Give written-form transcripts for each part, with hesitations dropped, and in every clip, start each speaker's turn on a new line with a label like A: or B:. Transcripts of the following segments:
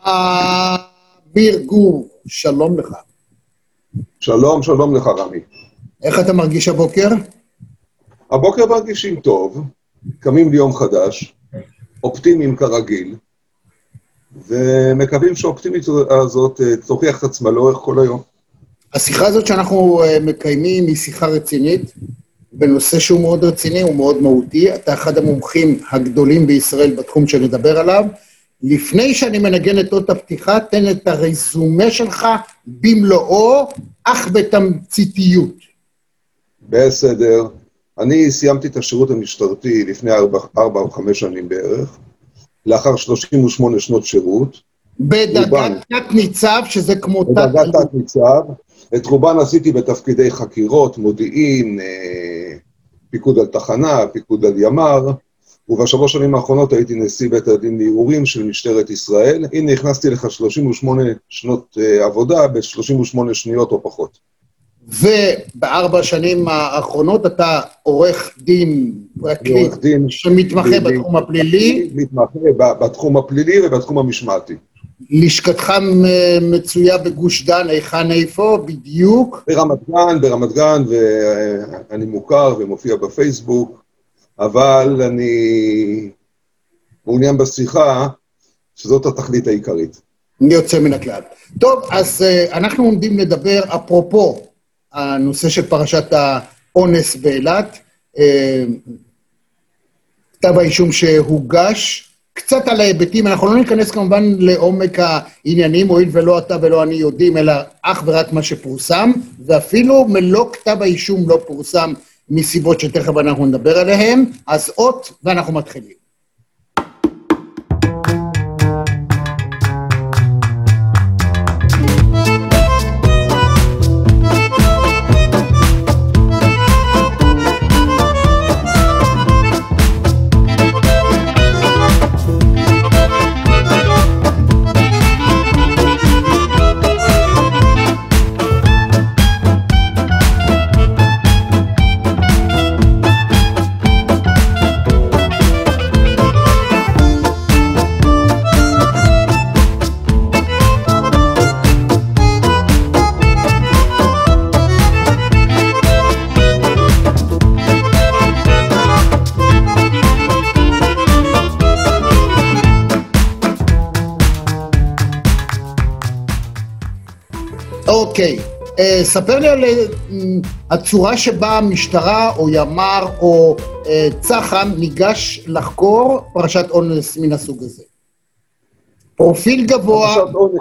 A: אביר גור, שלום לך.
B: שלום, שלום לך רמי.
A: איך אתה מרגיש הבוקר?
B: הבוקר מרגישים טוב, קמים ליום חדש, אופטימיים כרגיל, ומקווים שהאופטימית הזאת תוכיח את עצמה לאורך כל היום.
A: השיחה הזאת שאנחנו מקיימים היא שיחה רצינית, בנושא שהוא מאוד רציני, הוא מאוד מהותי. אתה אחד המומחים הגדולים בישראל בתחום שנדבר עליו. לפני שאני מנגן את אות הפתיחה, תן את הרזומה שלך במלואו, אך בתמציתיות.
B: בסדר. אני סיימתי את השירות המשטרתי לפני 4 או 5 שנים בערך, לאחר 38 שנות שירות.
A: בדרגת תת ניצב, שזה כמו
B: בדרגת תת ניצב. את רובן עשיתי בתפקידי חקירות, מודיעין, פיקוד על תחנה, פיקוד על ימ"ר, וב3 שנים האחרונות הייתי נשיא בית הדין לערעורים של משטרת ישראל. הנה הכנסתי לך 38 שנות עבודה ב38 שניות או פחות.
A: וב4 שנים האחרונות אתה עורך דין פרקליט שמתמחה בתחום הפלילי.
B: מתמחה בתחום הפלילי ובתחום המשמעתי.
A: לשכתך מצויה בגוש דן, היכן איפה בדיוק?
B: ברמת גן, ואני מוכר ומופיע בפייסבוק, אבל אני מעוניין בשיחה שזאת התכלית העיקרית.
A: יוצא מן הכלל. טוב, אז אנחנו עומדים לדבר אפרופו הנושא של פרשת האונס באילת, כתב האישום שהוגש, קצת על ההיבטים, אנחנו לא ניכנס כמובן לעומק העניינים, הואיל ולא אתה ולא אני יודעים, אלא אך ורק מה שפורסם, ואפילו מלוא כתב האישום לא פורסם מסיבות שתכף אנחנו נדבר עליהם, אז אות ואנחנו מתחילים. אוקיי, ספר לי על הצורה שבה המשטרה או ימ"ר או צח"ם ניגש לחקור פרשת אונס מן הסוג הזה. פרופיל גבוה,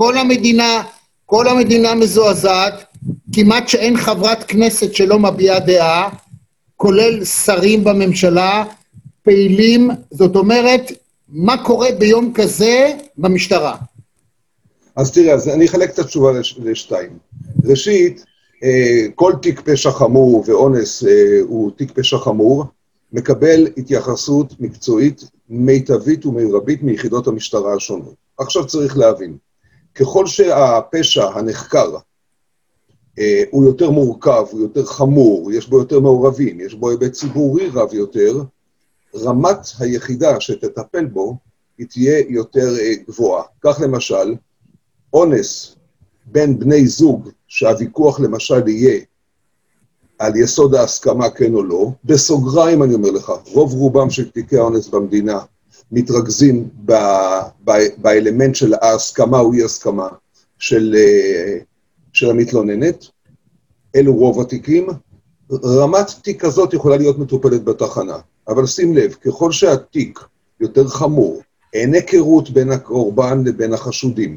A: כל המדינה מזועזעת, כמעט שאין חברת כנסת שלא מביעה דעה, כולל שרים בממשלה, פעילים, זאת אומרת, מה קורה ביום כזה במשטרה?
B: אז תראה, אז אני אחלק את התשובה לשתיים. ראשית, כל תיק פשע חמור ואונס הוא תיק פשע חמור, מקבל התייחסות מקצועית מיטבית ומרבית מיחידות המשטרה השונות. עכשיו צריך להבין, ככל שהפשע הנחקר הוא יותר מורכב, הוא יותר חמור, יש בו יותר מעורבים, יש בו היבט ציבורי רב יותר, רמת היחידה שתטפל בו היא תהיה יותר גבוהה. כך למשל, אונס בין בני זוג, שהוויכוח למשל יהיה על יסוד ההסכמה כן או לא, בסוגריים אני אומר לך, רוב רובם של תיקי האונס במדינה מתרכזים באלמנט של ההסכמה או אי הסכמה של המתלוננת, אלו רוב התיקים, רמת תיק כזאת יכולה להיות מטופלת בתחנה, אבל שים לב, ככל שהתיק יותר חמור, אין היכרות בין הקורבן לבין החשודים,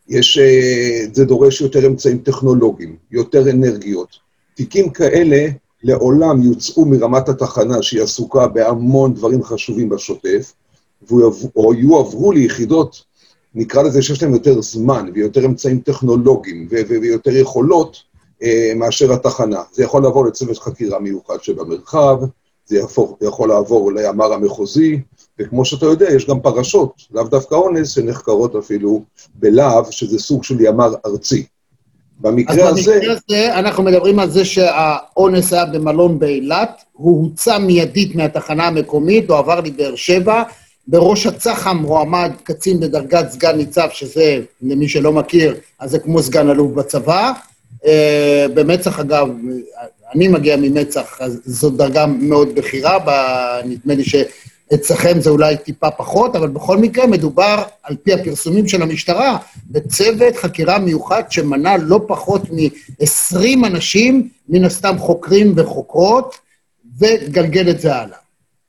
B: זה דורש יותר אמצעים טכנולוגיים, יותר אנרגיות. תיקים כאלה לעולם יוצאו מרמת התחנה שהיא עסוקה בהמון דברים חשובים בשוטף, או יועברו ליחידות, נקרא לזה שיש להם יותר זמן ויותר אמצעים טכנולוגיים ויותר יכולות מאשר התחנה. זה יכול לעבור לצוות חקירה מיוחד שבמרחב, זה יכול לעבור לימ"ר המחוזי, וכמו שאתה יודע, יש גם פרשות, לאו דווקא אונס, שנחקרות אפילו בלהב, שזה סוג של ימ"ר ארצי. במקרה הזה,
A: אנחנו מדברים על זה שהאונס היה במלון באילת, הוא הוצא מיידית מהתחנה המקומית, הוא עבר לבאר שבע, בראש הצח"ם מועמד קצין בדרגת סגן ניצב, שזה, למי שלא מכיר, אז זה כמו סגן אלוף בצבא. במצ"ח, אגב, אני מגיע ממצ"ח, אז זו דרגה מאוד בכירה, נדמה לי שאצלכם זה אולי טיפה פחות, אבל בכל מקרה מדובר, על פי הפרסומים של המשטרה, בצוות חקירה מיוחד שמנה לא פחות מ-20 אנשים, מן הסתם חוקרים וחוקרות, וגלגל את זה הלאה.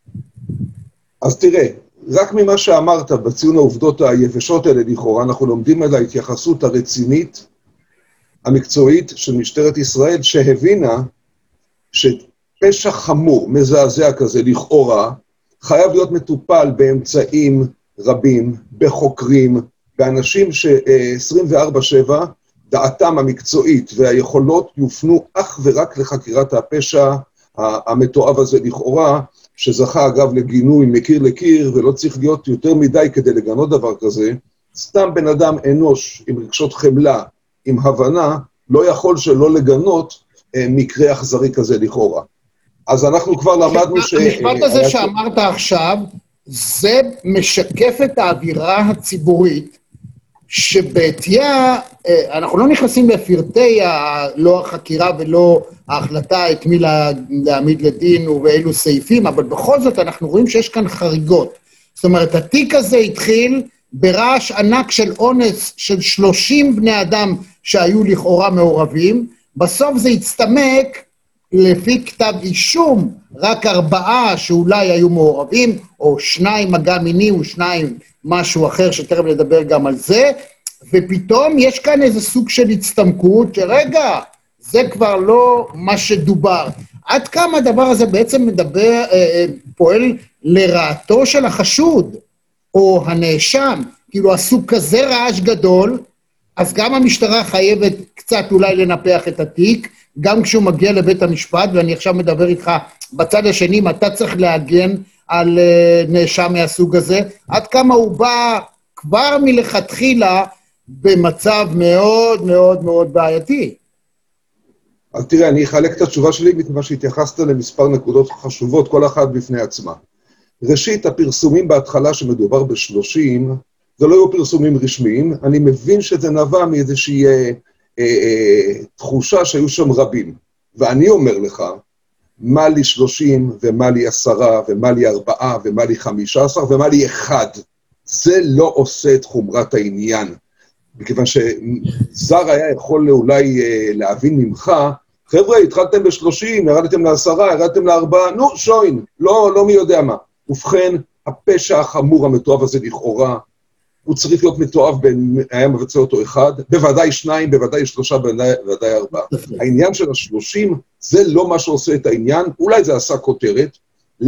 B: אז תראה, רק ממה שאמרת בציון העובדות היבשות האלה לכאורה, אנחנו לומדים על ההתייחסות הרצינית, המקצועית של משטרת ישראל, שהבינה שפשע חמור, מזעזע כזה לכאורה, חייב להיות מטופל באמצעים רבים, בחוקרים, באנשים ש-24/7, דעתם המקצועית והיכולות יופנו אך ורק לחקירת הפשע המתועב הזה לכאורה, שזכה אגב לגינוי מקיר לקיר, ולא צריך להיות יותר מדי כדי לגנות דבר כזה. סתם בן אדם אנוש עם רגשות חמלה, עם הבנה, לא יכול שלא לגנות מקרה אכזרי כזה לכאורה. אז אנחנו כבר למדנו
A: המשפט הזה שאמרת עכשיו, זה משקף את האווירה הציבורית, שבעתיה, אנחנו לא נכנסים לפרטי לא החקירה ולא ההחלטה את מי להעמיד לדין ובאילו סעיפים, אבל בכל זאת אנחנו רואים שיש כאן חריגות. זאת אומרת, התיק הזה התחיל ברעש ענק של אונס של 30 בני אדם שהיו לכאורה מעורבים, בסוף זה הצטמק לפי כתב אישום, רק 4 שאולי היו מעורבים, או 2 מגע מיני, או 2 משהו אחר, שתכף נדבר גם על זה, ופתאום יש כאן איזה סוג של הצטמקות, שרגע, זה כבר לא מה שדובר. עד כמה הדבר הזה בעצם מדבר, פועל לרעתו של החשוד, או הנאשם, כאילו עשו כזה רעש גדול, אז גם המשטרה חייבת קצת אולי לנפח את התיק, גם כשהוא מגיע לבית המשפט, ואני עכשיו מדבר איתך בצד השני, אם אתה צריך להגן על נאשם מהסוג הזה, עד כמה הוא בא כבר מלכתחילה במצב מאוד מאוד מאוד בעייתי.
B: אז תראה, אני אחלק את התשובה שלי, מכיוון שהתייחסת למספר נקודות חשובות, כל אחת בפני עצמה. ראשית, הפרסומים בהתחלה שמדובר ב-30, זה לא היו פרסומים רשמיים, אני מבין שזה נבע מאיזושהי תחושה שהיו שם רבים. ואני אומר לך, מה לי 30 ומה לי 10 ומה לי 4 ומה לי 15 ומה לי 1, זה לא עושה את חומרת העניין. מכיוון שזר היה יכול אולי להבין ממך, חבר'ה, התחלתם ב-30, ירדתם ל10, ירדתם ל4, נו, שוין, לא מי יודע מה. ובכן, הפשע החמור המתועב הזה לכאורה, הוא צריך להיות מתועב בין היה מבצע אותו 1, בוודאי 2, בוודאי 3, בוודאי 4. העניין של ה-30, זה לא מה שעושה את העניין, אולי זה עשה כותרת,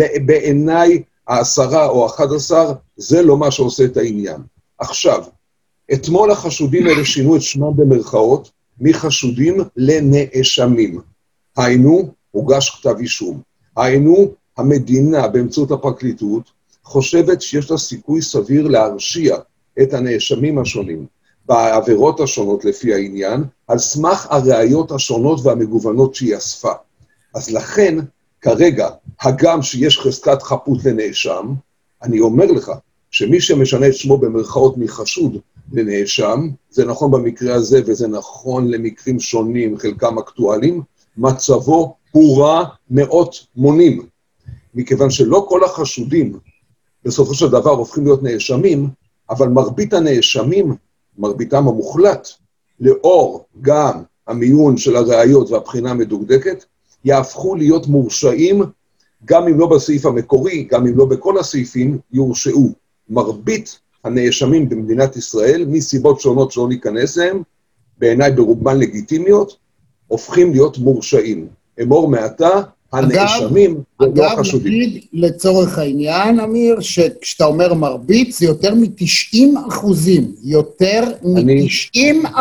B: בעיניי ה10 או 11, זה לא מה שעושה את העניין. עכשיו, אתמול החשודים האלה שינו את שמם במרכאות, מחשודים לנאשמים. היינו, הוגש כתב אישום. היינו, המדינה באמצעות הפרקליטות, חושבת שיש לה סיכוי סביר להרשיע את הנאשמים השונים, בעבירות השונות לפי העניין, על סמך הראיות השונות והמגוונות שהיא אספה. אז לכן, כרגע, הגם שיש חזקת חפות לנאשם, אני אומר לך, שמי שמשנה את שמו במרכאות מחשוד לנאשם, זה נכון במקרה הזה וזה נכון למקרים שונים, חלקם אקטואליים, מצבו הוא רע מאות מונים. מכיוון שלא כל החשודים בסופו של דבר הופכים להיות נאשמים, אבל מרבית הנאשמים, מרביתם המוחלט, לאור גם המיון של הראיות והבחינה המדוקדקת, יהפכו להיות מורשעים, גם אם לא בסעיף המקורי, גם אם לא בכל הסעיפים, יורשעו. מרבית הנאשמים במדינת ישראל, מסיבות שונות שלא ניכנס להם, בעיניי ברובן לגיטימיות, הופכים להיות מורשעים. אמור מעתה, הנאשמים ולא החשודים.
A: אגב, נגיד לצורך העניין, אמיר, שכשאתה אומר מרבית, זה יותר מ-90%. יותר מ-90%.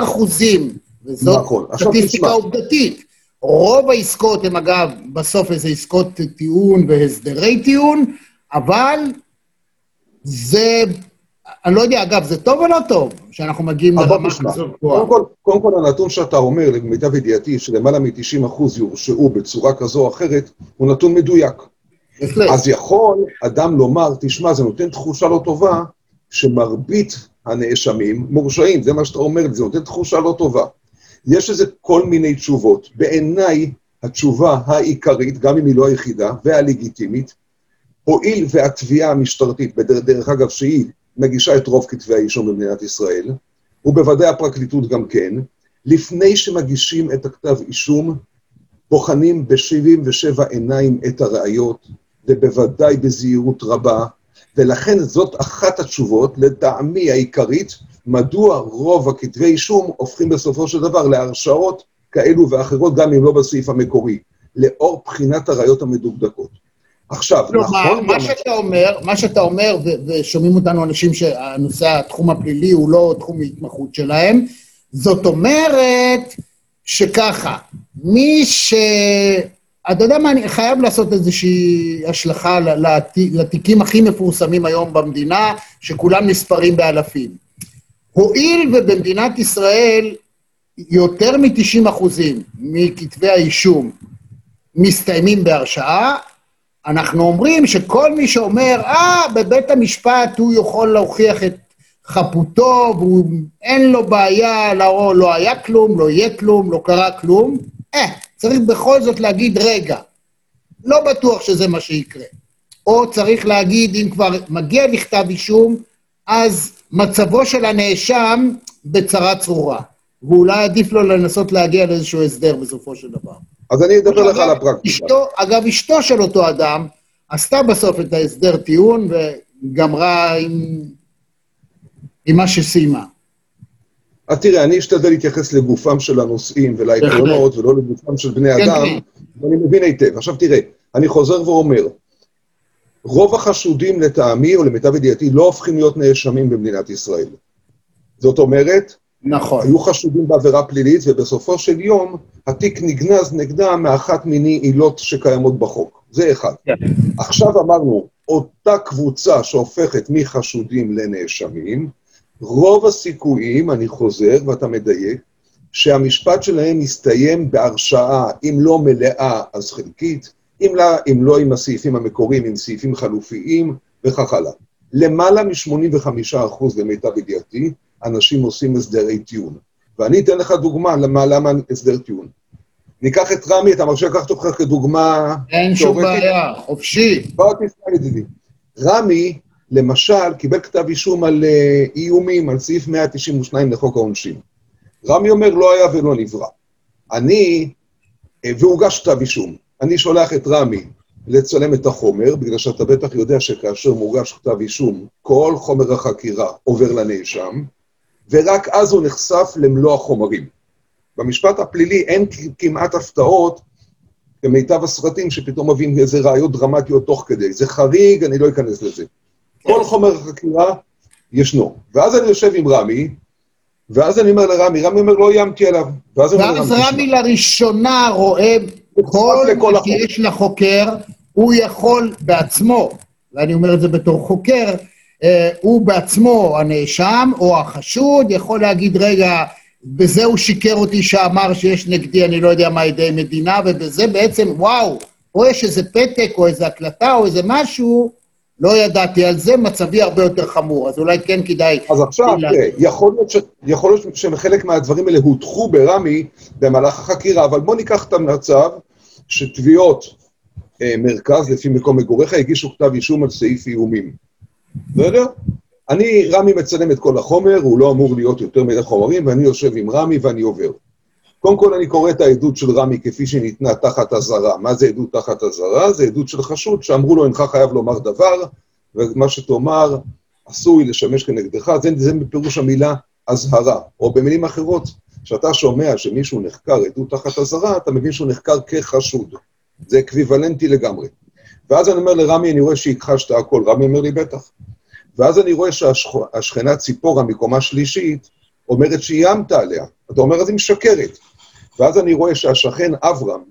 A: וזאת סטטיסטיקה עובדתית. רוב העסקות הם אגב, בסוף איזה עסקות טיעון והסדרי טיעון, אבל זה, אני לא יודע, אגב, זה טוב או לא טוב, שאנחנו מגיעים לרמה כזאת גבוהה?
B: קודם כל, הנתון שאתה אומר, למיטב ידיעתי, שלמעלה מ-90% יורשעו בצורה כזו או אחרת, הוא נתון מדויק. אז יכול אדם לומר, תשמע, זה נותן תחושה לא טובה, שמרבית הנאשמים מורשעים, זה מה שאתה אומר, זה נותן תחושה לא טובה. יש לזה כל מיני תשובות. בעיניי, התשובה העיקרית, גם אם היא לא היחידה, והלגיטימית, הואיל והתביעה המשטרתית, בדרך אגב שהיא מגישה את רוב כתבי האישום במדינת ישראל, ובוודאי הפרקליטות גם כן, לפני שמגישים את הכתב אישום, בוחנים ב-77 עיניים את הראיות, ובוודאי בזהירות רבה, ולכן זאת אחת התשובות, לטעמי העיקרית, מדוע רוב הכתבי אישום הופכים בסופו של דבר להרשעות כאלו ואחרות, גם אם לא בסעיף המקורי, לאור בחינת הראיות המדוקדקות. עכשיו, נכון...
A: מה שאתה אומר, ושומעים אותנו אנשים שהנושא התחום הפלילי הוא לא תחום ההתמחות שלהם, זאת אומרת שככה, אתה יודע מה, אני חייב לעשות איזושהי השלכה לתיקים הכי מפורסמים היום במדינה, שכולם נספרים באלפים. הואיל ובמדינת ישראל יותר מ-90% מכתבי האישום מסתיימים בהרשעה, אנחנו אומרים שכל מי שאומר, בבית המשפט הוא יכול להוכיח את חפותו, ואין לו בעיה, לא היה כלום, לא יהיה כלום, לא קרה כלום, צריך בכל זאת להגיד, רגע, לא בטוח שזה מה שיקרה. או צריך להגיד, אם כבר מגיע לכתב אישום, אז מצבו של הנאשם בצרה צרורה. ואולי עדיף לו לנסות להגיע לאיזשהו הסדר בסופו של דבר.
B: אז אני אדבר לך על הפרקטיקה.
A: אגב, אשתו של אותו אדם, עשתה בסוף את ההסדר טיעון, וגמרה עם מה שסיימה.
B: אז תראה, אני אשתדל להתייחס לגופם של הנושאים ולעקרונות, ולא לגופם של בני אדם, ואני מבין היטב. עכשיו תראה, אני חוזר ואומר, רוב החשודים לטעמי או למיטב ידיעתי לא הופכים להיות נאשמים במדינת ישראל. זאת אומרת,
A: נכון.
B: היו חשודים בעבירה פלילית, ובסופו של יום התיק נגנז נגדם מאחת מיני עילות שקיימות בחוק. זה אחד. עכשיו אמרנו, אותה קבוצה שהופכת מחשודים לנאשמים, רוב הסיכויים, אני חוזר ואתה מדייק, שהמשפט שלהם מסתיים בהרשעה, אם לא מלאה אז חלקית, אם לא עם הסעיפים המקוריים, עם סעיפים חלופיים וכך הלאה. למעלה מ-85% למיטב ידיעתי, אנשים עושים הסדרי טיעון. ואני אתן לך דוגמה למה הסדר טיעון. ניקח את רמי, אתה מרשה לקחת אותך כדוגמה...
A: אין שום בעיה, חופשי.
B: בוא תסתכל ידידי. רמי, למשל, קיבל כתב אישום על איומים, על סעיף 192 לחוק העונשין. רמי אומר, לא היה ולא נברא. והוגש כתב אישום. אני שולח את רמי לצלם את החומר, בגלל שאתה בטח יודע שכאשר מוגש כתב אישום, כל חומר החקירה עובר לנאשם, ורק אז הוא נחשף למלוא החומרים. במשפט הפלילי אין כמעט הפתעות, כמיטב הסרטים שפתאום מביאים איזה ראיות דרמטיות תוך כדי. זה חריג, אני לא אכנס לזה. כל חומר החקירה ישנו. ואז אני יושב עם רמי, ואז אני אומר לרמי, רמי אומר, לא איימתי עליו. ואז
A: רמי לראשונה רואה כל מה שיש לחוקר, הוא יכול בעצמו, ואני אומר את זה בתור חוקר, הוא בעצמו הנאשם או החשוד, יכול להגיד, רגע, בזה הוא שיקר אותי שאמר שיש נגדי, אני לא יודע מה עדי מדינה, ובזה בעצם, וואו, פה יש איזה פתק או איזה הקלטה או איזה משהו, לא ידעתי על זה, מצבי הרבה יותר חמור, אז אולי כן כדאי...
B: אז עכשיו, יכול להיות שחלק מהדברים האלה הותחו ברמי במהלך החקירה, אבל בוא ניקח את המצב שתביעות מרכז לפי מקום מגוריך הגישו כתב אישום על סעיף איומים. בסדר? רמי מצלם את כל החומר, הוא לא אמור להיות יותר מדי חומרים, ואני יושב עם רמי ואני עובר. קודם כל אני קורא את העדות של רמי כפי שניתנה תחת הזרה. מה זה עדות תחת הזרה? זה עדות של חשוד שאמרו לו, אינך חייב לומר דבר, ומה שתאמר עשוי לשמש כנגדך, זה בפירוש המילה הזהרה. או במילים אחרות, כשאתה שומע שמישהו נחקר עדות תחת הזרה, אתה מבין שהוא נחקר כחשוד. זה אקוויוולנטי לגמרי. ואז אני אומר לרמי, אני רואה שהכחשת הכל. רמי אומר לי, בטח. ואז אני רואה שהשכנה ציפורה מקומה שלישית אומרת שאיימת עליה. אתה אומר, אז היא משקרת. ואז אני רואה שהשכן אברהם,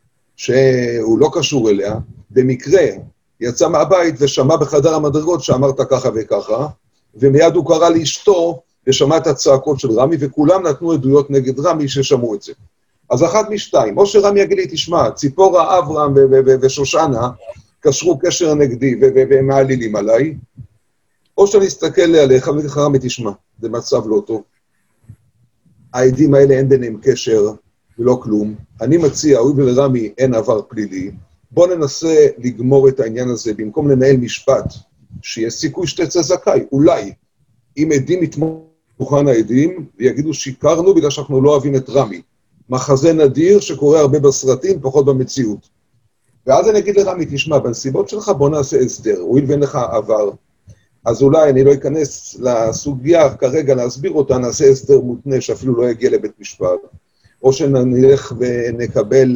B: שהוא לא קשור אליה, במקרה יצא מהבית ושמע בחדר המדרגות שאמרת ככה וככה, ומיד הוא קרא לאשתו ושמע את הצעקות של רמי, וכולם נתנו עדויות נגד רמי ששמעו את זה. אז אחת משתיים, או שרמי יגיד לי, תשמע, ציפורה, אברהם ושושנה, קשרו קשר נגדי והם מעלילים עליי, או שאני אסתכל עליך ואגיד לך, רמי, תשמע, זה מצב לא טוב. העדים האלה אין ביניהם קשר ולא כלום. אני מציע, הואיל ולרמי אין עבר פלילי, בוא ננסה לגמור את העניין הזה, במקום לנהל משפט, שיש סיכוי שתצא זכאי, אולי, אם עדים יתמוך דוכן העדים, ויגידו שיקרנו בגלל שאנחנו לא אוהבים את רמי. מחזה נדיר שקורה הרבה בסרטים, פחות במציאות. ואז אני אגיד לרמי, תשמע, בנסיבות שלך בוא נעשה הסדר, הואיל ואין לך עבר, אז אולי אני לא אכנס לסוגיה כרגע להסביר אותה, נעשה הסדר מותנה שאפילו לא יגיע לבית משפט, או שנלך ונקבל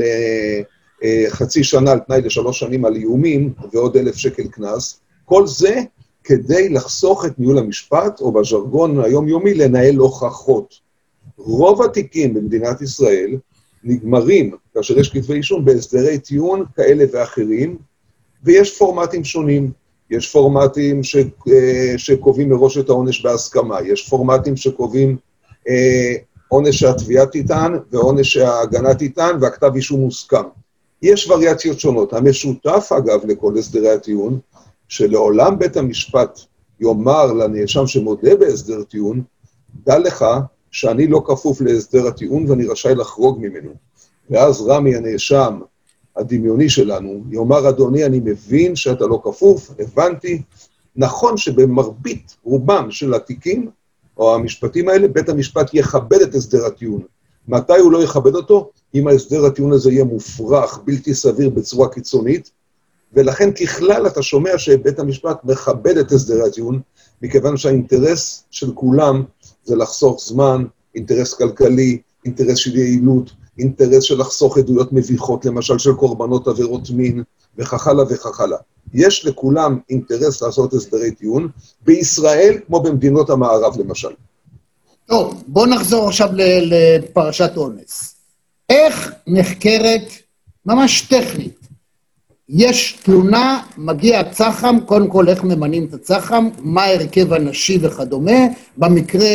B: חצי שנה על תנאי ל3 שנים על איומים, ועוד 1,000 שקל קנס, כל זה כדי לחסוך את ניהול המשפט, או בז'רגון היומיומי לנהל הוכחות. רוב התיקים במדינת ישראל נגמרים, כאשר יש כתבי אישום, בהסדרי טיעון כאלה ואחרים, ויש פורמטים שונים. יש פורמטים שקובעים מראש את העונש בהסכמה, יש פורמטים שקובעים עונש שהתביעה תיתן, ועונש שההגנה תיתן, והכתב אישום מוסכם. יש וריאציות שונות. המשותף, אגב, לכל הסדרי הטיעון, שלעולם בית המשפט יאמר לנאשם שמודה בהסדר טיעון, דע לך שאני לא כפוף להסדר הטיעון ואני רשאי לחרוג ממנו. ואז רמי הנאשם הדמיוני שלנו יאמר, אדוני, אני מבין שאתה לא כפוף, הבנתי. נכון שבמרבית רובם של התיקים או המשפטים האלה, בית המשפט יכבד את הסדר הטיעון. מתי הוא לא יכבד אותו? אם ההסדר הטיעון הזה יהיה מופרך, בלתי סביר בצורה קיצונית, ולכן ככלל אתה שומע שבית המשפט מכבד את הסדר הטיעון, מכיוון שהאינטרס של כולם זה לחסוך זמן, אינטרס כלכלי, אינטרס של יעילות, אינטרס של לחסוך עדויות מביכות, למשל של קורבנות עבירות מין, וכך הלאה וכך הלאה. יש לכולם אינטרס לעשות הסדרי טיעון, בישראל כמו במדינות המערב למשל.
A: טוב, בוא נחזור עכשיו לפרשת אונס. איך נחקרת, ממש טכנית, יש תלונה, מגיע הצח"ם, קודם כל איך ממנים את הצח"ם, מה הרכב הנשי וכדומה, במקרה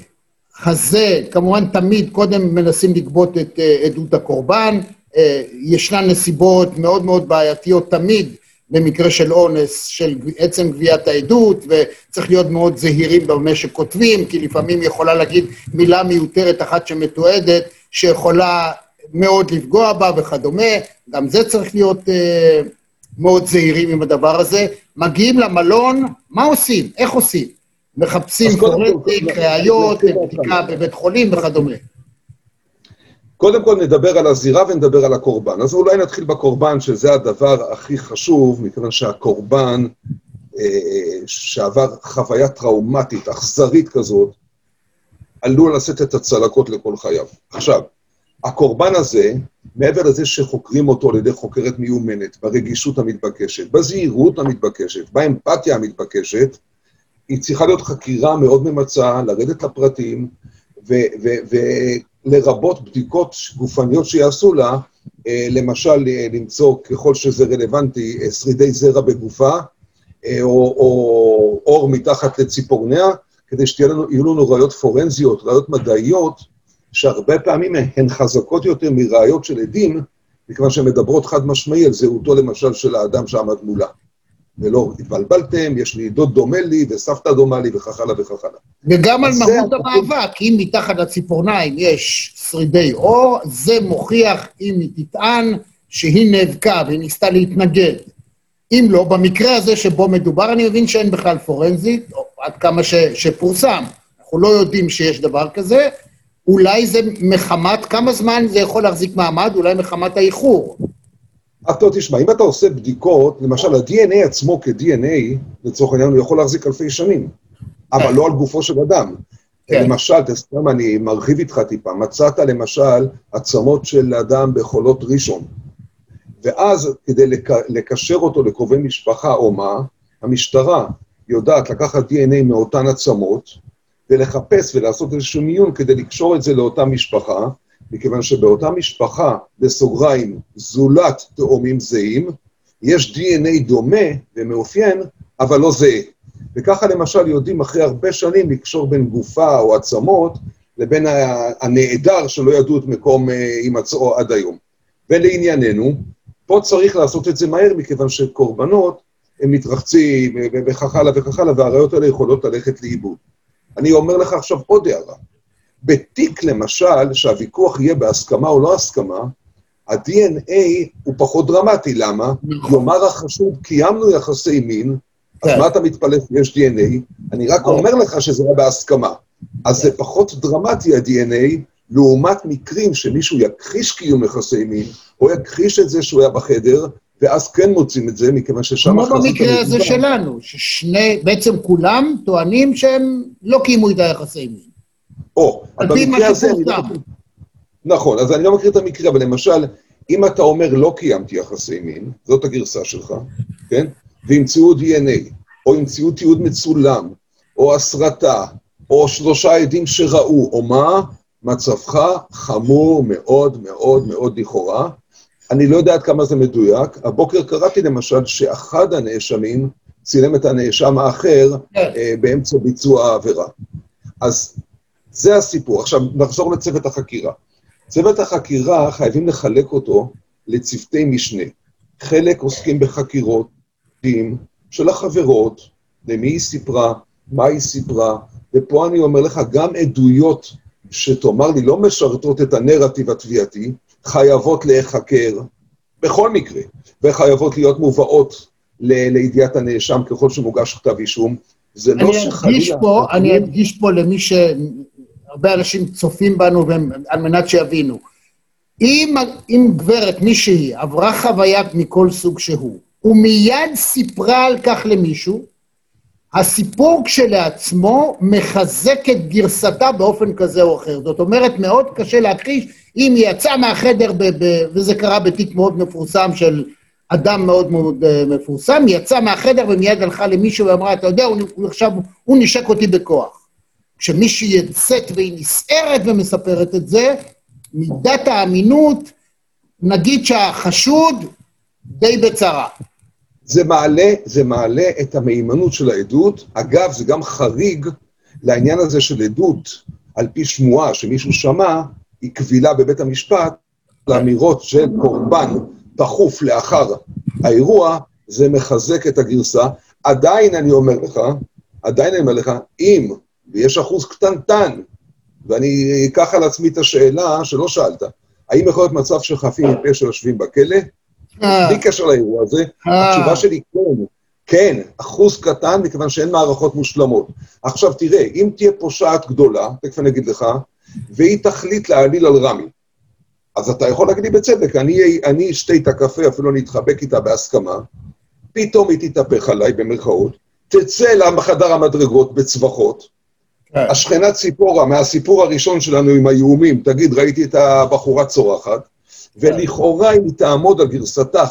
A: הזה, כמובן תמיד קודם מנסים לגבות את עדות הקורבן, ישנן נסיבות מאוד מאוד בעייתיות תמיד, במקרה של אונס, של עצם גביית העדות, וצריך להיות מאוד זהירים במה שכותבים, כי לפעמים יכולה להגיד מילה מיותרת אחת שמתועדת, שיכולה מאוד לפגוע בה וכדומה, גם זה צריך להיות מאוד זהירים עם הדבר הזה. מגיעים למלון, מה עושים? איך עושים? מחפשים פורנזיק, ראיות, בדיקה בבית חולים וכדומה.
B: קודם כל נדבר על הזירה ונדבר על הקורבן. אז אולי נתחיל בקורבן, שזה הדבר הכי חשוב, מכיוון שהקורבן שעבר חוויה טראומטית, אכזרית כזאת, עלול לשאת את הצלקות לכל חייו. עכשיו, הקורבן הזה, מעבר לזה שחוקרים אותו על ידי חוקרת מיומנת, ברגישות המתבקשת, בזהירות המתבקשת, באמפתיה המתבקשת, היא צריכה להיות חקירה מאוד ממצה, לרדת לפרטים, ולרבות בדיקות גופניות שיעשו לה, למשל למצוא ככל שזה רלוונטי, שרידי זרע בגופה, או אור מתחת לציפורניה, כדי שיהיו לנו ראיות פורנזיות, ראיות מדעיות, שהרבה פעמים הן חזקות יותר מראיות של עדים, מכיוון שהן מדברות חד משמעי על זהותו למשל של האדם שעמד מולה. ולא התבלבלתם, יש לי דוד דומה לי וסבתא דומה לי וכך הלאה וכך הלאה.
A: וגם על מהות המאבק, אם מתחת לציפורניים יש שרידי אור, זה מוכיח אם היא תטען שהיא נאבקה והיא ניסתה להתנגד. אם לא, במקרה הזה שבו מדובר, אני מבין שאין בכלל פורנזית, עד כמה שפורסם. אנחנו לא יודעים שיש דבר כזה, אולי זה מחמת, כמה זמן זה יכול להחזיק מעמד, אולי מחמת האיחור.
B: אתה תשמע, אם אתה עושה בדיקות, למשל ה-DNA עצמו כ-DNA, לצורך העניין, הוא יכול להחזיק אלפי שנים, אבל לא על גופו של אדם. למשל, תסתם, אני מרחיב איתך טיפה, מצאת למשל עצמות של אדם בחולות ראשון, ואז כדי לקשר אותו לקרובי משפחה או מה, המשטרה יודעת לקחת DNA מאותן עצמות, ולחפש ולעשות איזשהו מיון כדי לקשור את זה לאותה משפחה, מכיוון שבאותה משפחה, בסוגריים, זולת תאומים זהים, יש DNA דומה ומאופיין, אבל לא זהה. וככה למשל יודעים אחרי הרבה שנים לקשור בין גופה או עצמות, לבין הנעדר שלא ידעו את מקום הימצאו עד היום. ולענייננו, פה צריך לעשות את זה מהר, מכיוון שקורבנות הם מתרחצים וכך הלאה וכך הלאה, והראיות האלה יכולות ללכת לאיבוד. אני אומר לך עכשיו עוד הערה. בתיק למשל, שהוויכוח יהיה בהסכמה או לא הסכמה, ה-DNA הוא פחות דרמטי. למה? יאמר החשוד, קיימנו יחסי מין, אז מה אתה מתפלא שיש DNA? אני רק אומר לך שזה היה בהסכמה. אז זה פחות דרמטי ה-DNA, לעומת מקרים שמישהו יכחיש קיום יחסי מין, או יכחיש את זה שהוא היה בחדר, ואז כן מוצאים את זה, מכיוון ששם...
A: כמו במקרה הזה שלנו, בעצם כולם טוענים שהם לא קיימו את היחסי מין.
B: על פי מה שפורסם. נכון, אז אני לא מכיר את המקרה, אבל למשל, אם אתה אומר לא קיימתי יחסי מין, זאת הגרסה שלך, כן? וימצאו DNA, או ימצאו תיעוד מצולם, או הסרטה, או 3 עדים שראו, או מה, מצבך חמור מאוד מאוד מאוד לכאורה. אני לא יודע עד כמה זה מדויק. הבוקר קראתי למשל שאחד הנאשמים צילם את הנאשם האחר באמצע ביצוע העבירה. אז זה הסיפור. עכשיו נחזור לצוות החקירה. צוות החקירה חייבים לחלק אותו לצוותי משנה. חלק עוסקים בחקירות של החברות, למי היא סיפרה, מה היא סיפרה, ופה אני אומר לך, גם עדויות שתאמר לי לא משרתות את הנרטיב התביעתי, חייבות להיחקר בכל מקרה, וחייבות להיות מובאות לידיעת הנאשם ככל שמוגש כתב אישום. זה לא שחלילה...
A: אני אדגיש פה למי שהרבה אנשים צופים בנו על מנת שיבינו. אם גברת מישהי עברה חוויה מכל סוג שהוא, ומיד סיפרה על כך למישהו, הסיפור כשלעצמו מחזק את גרסתה באופן כזה או אחר. זאת אומרת, מאוד קשה להכחיש, אם היא יצאה מהחדר, וזה קרה בתיק מאוד מפורסם של אדם מאוד מאוד מפורסם, היא יצאה מהחדר ומיד הלכה למישהו ואמרה, אתה יודע, הוא נשק אותי בכוח. כשמישהי יצאת והיא נסערת ומספרת את זה, מידת האמינות, נגיד שהחשוד די בצרה.
B: זה מעלה את המהימנות של העדות. אגב, זה גם חריג לעניין הזה של עדות, על פי שמועה שמישהו שמע, היא קבילה בבית המשפט, לאמירות של קורבן תחוף לאחר האירוע, זה מחזק את הגרסה. עדיין אני אומר לך, אם, ויש אחוז קטנטן, ואני אקח על עצמי את השאלה שלא שאלת, האם יכול להיות מצב שחפים מפשע יושבים בכלא? בלי קשר לאירוע הזה, התשובה שלי כן, אחוז קטן, מכיוון שאין מערכות מושלמות. עכשיו תראה, אם תהיה פושעת גדולה, תכף אני אגיד לך, והיא תחליט להעליל על רמי, אז אתה יכול להגיד לי בצדק, אני אשתה איתה קפה, אפילו נתחבק איתה בהסכמה, פתאום היא תתהפך עליי במרכאות, תצא לחדר המדרגות בצווחות, השכנה ציפורה, מהסיפור הראשון שלנו עם האיומים, תגיד, ראיתי את הבחורה צורחת, ולכאורה אם היא תעמוד על גרסתה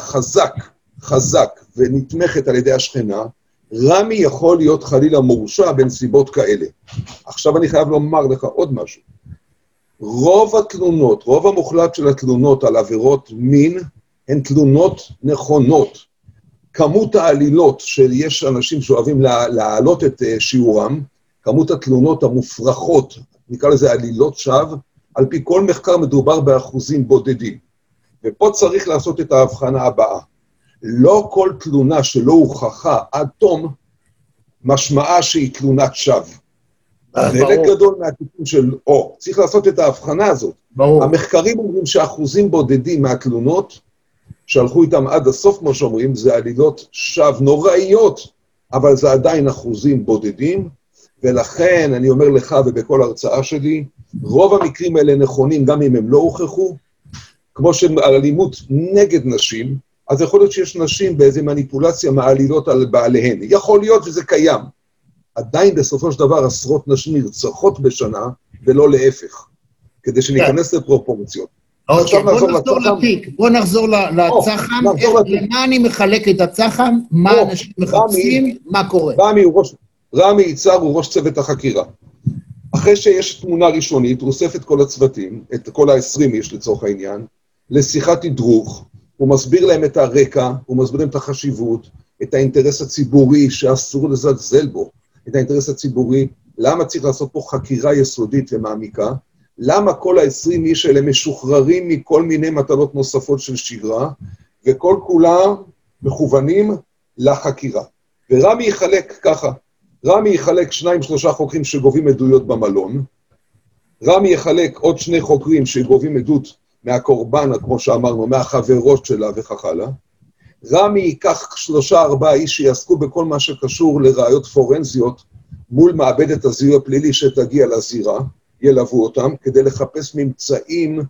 B: חזק ונתמכת על ידי השכנה, רמי יכול להיות חלילה מורשע בנסיבות כאלה. עכשיו אני חייב לומר לך עוד משהו. רוב המוחלט של התלונות על עבירות מין, הן תלונות נכונות. כמות העלילות שיש אנשים שאוהבים להעלות את שיעורם, כמות התלונות המופרכות, נקרא לזה עלילות שווא, על פי כל מחקר מדובר באחוזים בודדים. ופה צריך לעשות את ההבחנה הבאה. לא כל תלונה שלא הוכחה עד תום, משמעה שהיא תלונת שווא. חלק גדול מהתיקון של... צריך לעשות את ההבחנה הזאת. ברור. המחקרים אומרים שאחוזים בודדים מהתלונות, שהלכו איתם עד הסוף, כמו שאומרים, זה עלילות שווא נוראיות, אבל זה עדיין אחוזים בודדים, ולכן אני אומר לך ובכל הרצאה שלי, רוב המקרים האלה נכונים, גם אם הם לא הוכחו, כמו שעל אלימות נגד נשים, אז יכול להיות שיש נשים באיזו מניפולציה מעלילות על בעליהן. יכול להיות וזה קיים. עדיין בסופו של דבר עשרות נשים נרצחות בשנה, ולא להפך, כדי שניכנס לפרופורציות.
A: אוקיי, בוא נחזור לתיק, בוא נחזור לצח"ם, למה אני מחלק את הצח"ם, מה אנשים מחפשים, מה קורה.
B: רמי יצהר הוא ראש צוות החקירה. אחרי שיש תמונה ראשונית, הוא אוסף את כל הצוותים, את כל ה-20 איש לצורך העניין, לשיחת תדרוך, הוא מסביר להם את הרקע, הוא מסביר להם את החשיבות, את האינטרס הציבורי שאסור לזלזל בו, את האינטרס הציבורי, למה צריך לעשות פה חקירה יסודית ומעמיקה, למה כל ה-20 איש האלה משוחררים מכל מיני מטלות נוספות של שגרה, וכל כולם מכוונים לחקירה. ורמי יחלק ככה, רמי יחלק 2-3 חוקרים שגובים עדויות במלון, רמי יחלק עוד 2 חוקרים שגובים עדות מהקורבן, כמו שאמרנו, מהחברות שלה וכך הלאה, רמי ייקח 3-4 איש שיעסקו בכל מה שקשור לראיות פורנזיות מול מעבדת הזיהוי הפלילי שתגיע לזירה, ילוו אותם כדי לחפש ממצאים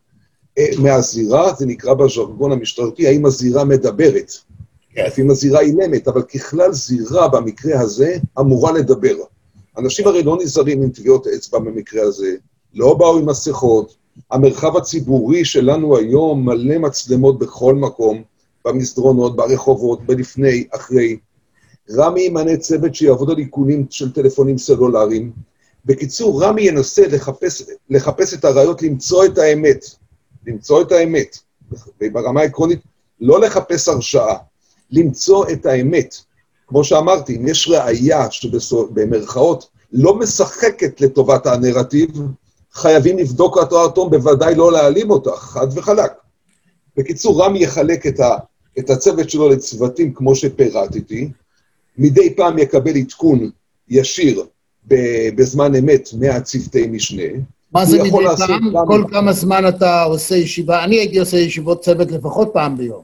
B: מהזירה, זה נקרא בז'רגון המשטרתי, האם הזירה מדברת. לפעמים הזירה אילמת, אבל ככלל זירה במקרה הזה אמורה לדבר. אנשים הרי לא נזהרים עם טביעות אצבע במקרה הזה, לא באו עם מסכות, המרחב הציבורי שלנו היום מלא מצלמות בכל מקום, במסדרונות, ברחובות, בלפני, אחרי. רמי ימנה צוות שיעבוד על איכונים של טלפונים סלולריים. בקיצור, רמי ינסה לחפש את הראיות, למצוא את האמת. למצוא את האמת. וברמה העקרונית, לא לחפש הרשעה, למצוא את האמת. כמו שאמרתי, אם יש ראייה שבמרכאות לא משחקת לטובת הנרטיב, חייבים לבדוק אותו עד תום, בוודאי לא להעלים אותה, חד וחלק. בקיצור, רמי יחלק את הצוות שלו לצוותים כמו שפירטתי, מדי פעם יקבל עדכון ישיר בזמן אמת מהצוותי משנה.
A: מה זה מדי פעם? כל כמה זמן אתה עושה ישיבה? אני הייתי עושה ישיבות צוות לפחות פעם ביום.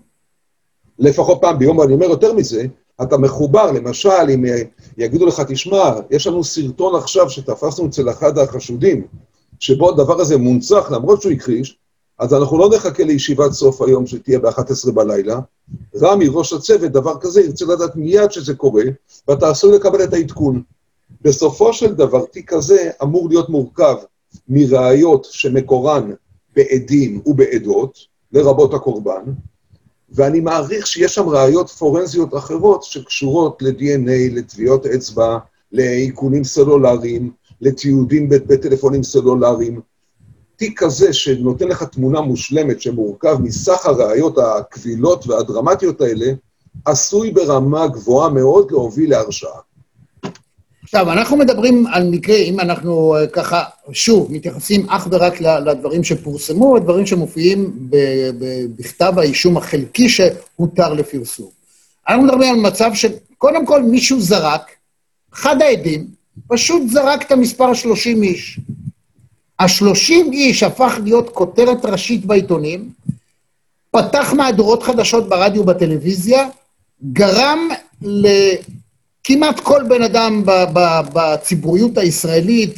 B: לפחות פעם ביום, ואני אומר יותר מזה, אתה מחובר, למשל, אם יגידו לך, תשמע, יש לנו סרטון עכשיו שתפסנו אצל אחד החשודים, שבו הדבר הזה מונצח, למרות שהוא הכחיש, אז אנחנו לא נחכה לישיבת סוף היום שתהיה ב-11 בלילה. רמי, ראש הצוות, דבר כזה, ירצה לדעת מיד שזה קורה, ואתה עשוי לקבל את העדכון. בסופו של דבר, תיק כזה אמור להיות מורכב מראיות שמקורן בעדים ובעדות, לרבות הקורבן, ואני מעריך שיש שם ראיות פורנזיות אחרות שקשורות ל-DNA, לטביעות אצבע, לאיכונים סלולריים, לתיעודים בטלפונים סלולריים. תיק כזה שנותן לך תמונה מושלמת שמורכב מסך הראיות הקבילות והדרמטיות האלה, עשוי ברמה גבוהה מאוד להוביל להרשעה.
A: עכשיו, אנחנו מדברים על מקרה, אם אנחנו ככה, שוב, מתייחסים אך ורק לדברים שפורסמו, הדברים שמופיעים בכתב האישום החלקי שהותר לפרסום. אנחנו מדברים על מצב שקודם כל מישהו זרק, אחד העדים, פשוט זרק את המספר 30 איש. ה-30 איש הפך להיות כותרת ראשית בעיתונים, פתח מהדורות חדשות ברדיו ובטלוויזיה, גרם כמעט כל בן אדם בציבוריות הישראלית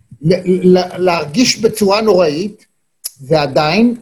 A: להרגיש בצורה נוראית, ועדיין,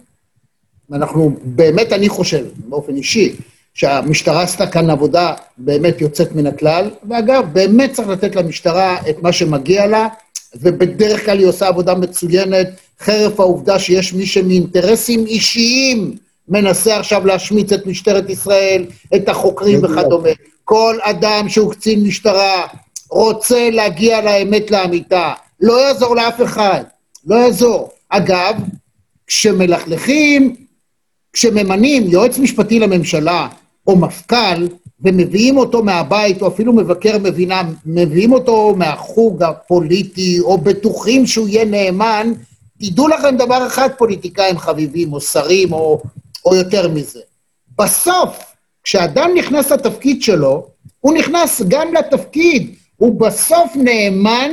A: באמת אני חושב, באופן אישי, שהמשטרה עשתה כאן עבודה באמת יוצאת מן הכלל, ואגב, באמת צריך לתת למשטרה את מה שמגיע לה, ובדרך כלל היא עושה עבודה מצוינת, חרף העובדה שיש מי שמאינטרסים אישיים מנסה עכשיו להשמיץ את משטרת ישראל, את החוקרים וכדומה. כל אדם שהוא קצין משטרה רוצה להגיע לאמת לאמיתה, לא יעזור לאף אחד, לא יעזור. אגב, כשמלכלכים, כשממנים יועץ משפטי לממשלה או מפכ"ל, ומביאים אותו מהבית, או אפילו מבקר מבינה, מביאים אותו מהחוג הפוליטי, או בטוחים שהוא יהיה נאמן, תדעו לכם דבר אחד, פוליטיקאים חביבים, או שרים, או יותר מזה. בסוף, כשאדם נכנס לתפקיד שלו, הוא נכנס גם לתפקיד, הוא בסוף נאמן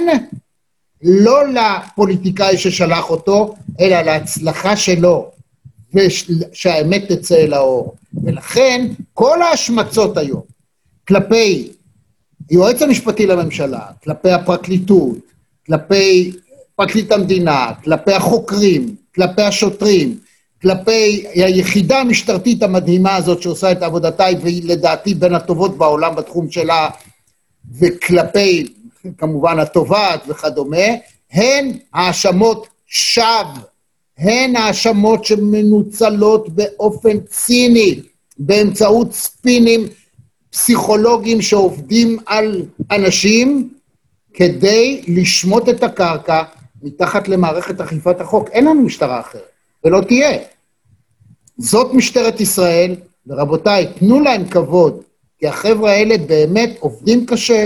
A: לא לפוליטיקאי ששלח אותו, אלא להצלחה שלו, ושהאמת תצא אל האור. ולכן, כל ההשמצות היום, כלפי יועץ המשפטי לממשלה, כלפי הפרקליטות, כלפי פרקליט המדינה, כלפי החוקרים, כלפי השוטרים, כלפי היחידה המשטרתית המדהימה הזאת שעושה את עבודתה, והיא לדעתי בין הטובות בעולם בתחום שלה, וכלפי כמובן התובעת וכדומה, הן האשמות שווא, הן האשמות שמנוצלות באופן ציני, באמצעות ספינים פסיכולוגיים שעובדים על אנשים, כדי לשמוט את הקרקע מתחת למערכת אכיפת החוק. אין לנו משטרה אחרת, ולא תהיה. זאת משטרת ישראל, ורבותיי, תנו להם כבוד, כי החבר'ה האלה באמת עובדים קשה,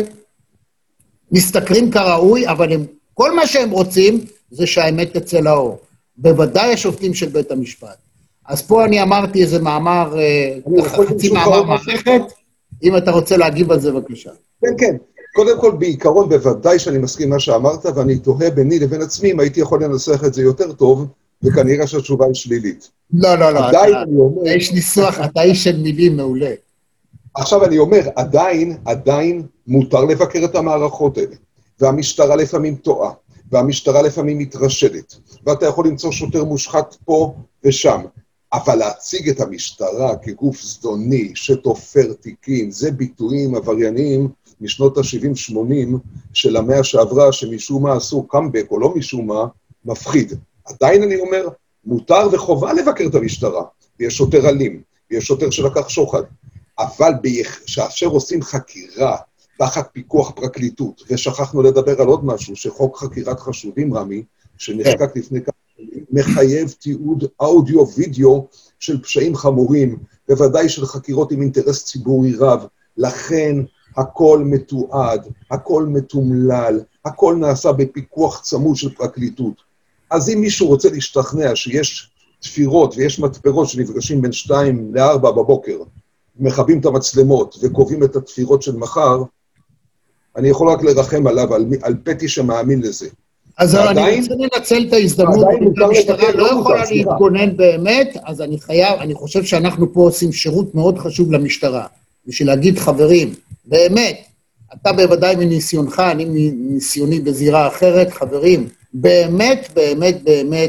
A: משתכרים כראוי, אבל כל מה שהם רוצים זה שהאמת תצא לאור. בוודאי השופטים של בית המשפט. אז פה אני אמרתי איזה מאמר, חצי מאמר מערכת, אם אתה רוצה להגיב על זה, בבקשה.
B: כן, כן. קודם כל, בעיקרון, בוודאי שאני מסכים מה שאמרת, ואני תוהה ביני לבין עצמי, אם הייתי יכול לנסח את זה יותר טוב, וכנראה שהתשובה היא שלילית.
A: לא, לא, לא, אתה איש ניסוח, אתה איש של מילים מעולה.
B: עכשיו אני אומר, עדיין מותר לבקר את המערכות האלה, והמשטרה לפעמים טועה, והמשטרה לפעמים מתרשלת, ואתה יכול למצוא שוטר מושחת פה ושם, אבל להציג את המשטרה כגוף זדוני שתופר תיקים, זה ביטויים עברייניים משנות ה-70-80 של המאה שעברה, שמשום מה עשו קאמבק או לא משום מה, מפחיד. עדיין אני אומר, מותר וחובה לבקר את המשטרה, ויש שוטר אלים, ויש שוטר שלקח שוחד, אבל כאשר עושים חקירה תחת פיקוח פרקליטות, ושכחנו לדבר על עוד משהו, שחוק חקירת חשודים, רמי, שנחקק לפני כמה שנים, מחייב תיעוד אודיו-וידאו של פשעים חמורים, בוודאי של חקירות עם אינטרס ציבורי רב, לכן הכל מתועד, הכל מתומלל, הכל נעשה בפיקוח צמוד של פרקליטות. אז אם מישהו רוצה להשתכנע שיש תפירות ויש מתפרות שנפגשים בין 2 ל-4 בבוקר, מכבים את המצלמות וקובעים את התפירות של מחר, אני יכול רק לרחם עליו, על פתי שמאמין לזה.
A: אז אני רוצה לנצל את ההזדמנות, המשטרה לא יכולה להתגונן באמת, אז אני חושב שאנחנו פה עושים שירות מאוד חשוב למשטרה, בשביל להגיד חברים, באמת, אתה בוודאי מניסיונך, אני מניסיוני בזירה אחרת, חברים, באמת, באמת, באמת,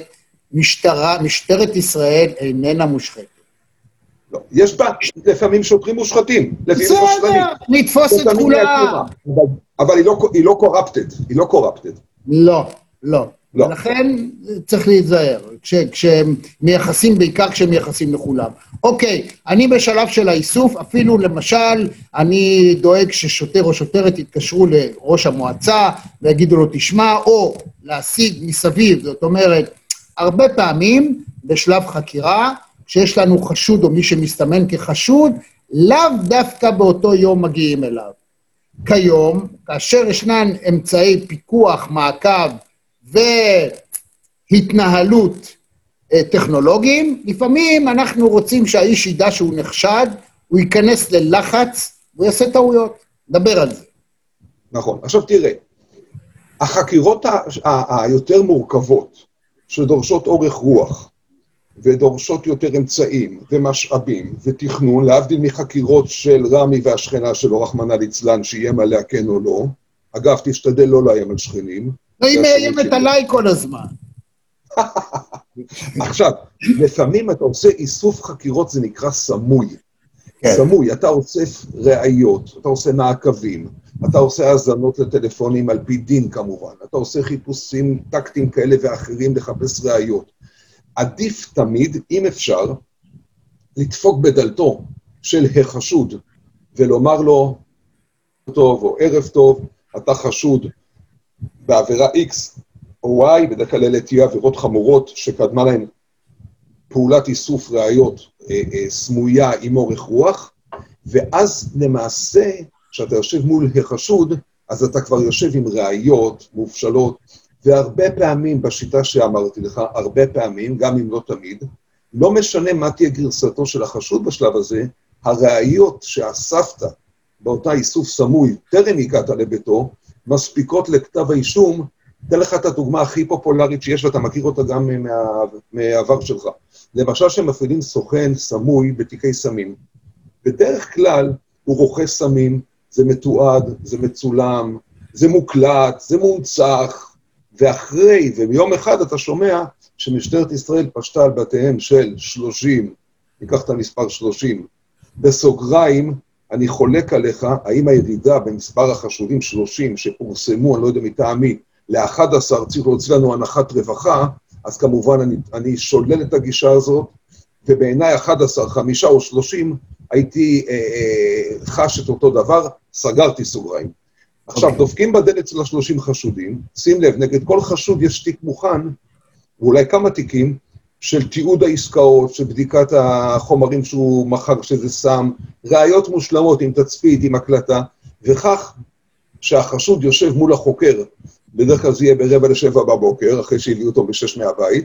A: משטרת ישראל איננה מושחתת.
B: לא, יש בה לפעמים שוטרים מושחתים,
A: בסדר, נתפוס את כולם.
B: אבל היא לא קורפטד,
A: לא, לא. ולכן צריך להיזהר, כשמייחסים, בעיקר כשמייחסים לכולם. אוקיי, אני בשלב של האיסוף, אפילו למשל, אני דואג ששוטר או שוטרת יתקשרו לראש המועצה, ויגידו לו תשמע, או להשיג מסביב, זאת אומרת, הרבה פעמים בשלב חקירה, כשיש לנו חשוד או מי שמסתמן כחשוד, לאו דווקא באותו יום מגיעים אליו. כיום, כאשר ישנן אמצעי פיקוח, מעקב והתנהלות טכנולוגיים, לפעמים אנחנו רוצים שהאיש ידע שהוא נחשד, הוא ייכנס ללחץ והוא יעשה טעויות. נדבר על זה.
B: נכון. עכשיו תראה, החקירות היותר מורכבות, שדורשות אורך רוח, ודורשות יותר אמצעים ומשאבים ותכנון, להבדיל מחקירות של רמי והשכנה שלו, רחמנא ליצלן, שאיים עליה כן או לא. אגב, תשתדל לא לאיים על שכנים.
A: היא מאיימת עליי כל הזמן.
B: עכשיו, לפעמים אתה עושה איסוף חקירות, זה נקרא סמוי. סמוי, אתה אוסף ראיות, אתה עושה מעקבים, אתה עושה האזנות לטלפונים על פי דין כמובן, אתה עושה חיפושים טקטיים כאלה ואחרים לחפש ראיות. עדיף תמיד, אם אפשר, לדפוק בדלתו של החשוד, ולומר לו, טוב או ערב טוב, אתה חשוד בעבירה X או Y, בדרך כלל אלה תהיה עבירות חמורות, שקדמה להן פעולת איסוף ראיות סמויה עם אורך רוח, ואז למעשה, כשאתה יושב מול החשוד, אז אתה כבר יושב עם ראיות מופשלות, והרבה פעמים, בשיטה שאמרתי לך, הרבה פעמים, גם אם לא תמיד, לא משנה מה תהיה גרסתו של החשוד בשלב הזה, הראיות שאספת באותה איסוף סמוי, טרם הגעת לביתו, מספיקות לכתב האישום. תן לך את הדוגמה הכי פופולרית שיש, ואתה מכיר אותה גם מהעבר שלך. למשל שמפעילים סוכן סמוי בתיקי סמים. בדרך כלל הוא רוכש סמים, זה מתועד, זה מצולם, זה מוקלט, זה מונצח, ואחרי, ומיום אחד אתה שומע שמשטרת ישראל פשטה על בתיהם של 30, ניקח את המספר 30, בסוגריים, אני חולק עליך, האם הירידה במספר החשודים 30 שפורסמו, אני לא יודע מטעמי, ל-11 צריך להוציא לנו הנחת רווחה, אז כמובן אני שולל את הגישה הזאת, ובעיניי 11, 5 או 30, הייתי חש את אותו דבר, סגרתי סוגריים. עכשיו, דופקים בדלת של 30 חשודים, שים לב, נגד כל חשוד יש תיק מוכן, ואולי כמה תיקים, של תיעוד העסקאות, של בדיקת החומרים שהוא מכר שזה סם, ראיות מושלמות עם תצפית, עם הקלטה, וכך שהחשוד יושב מול החוקר, בדרך כלל זה יהיה ב6:45 בבוקר, אחרי שהביאו אותו ב6 מהבית,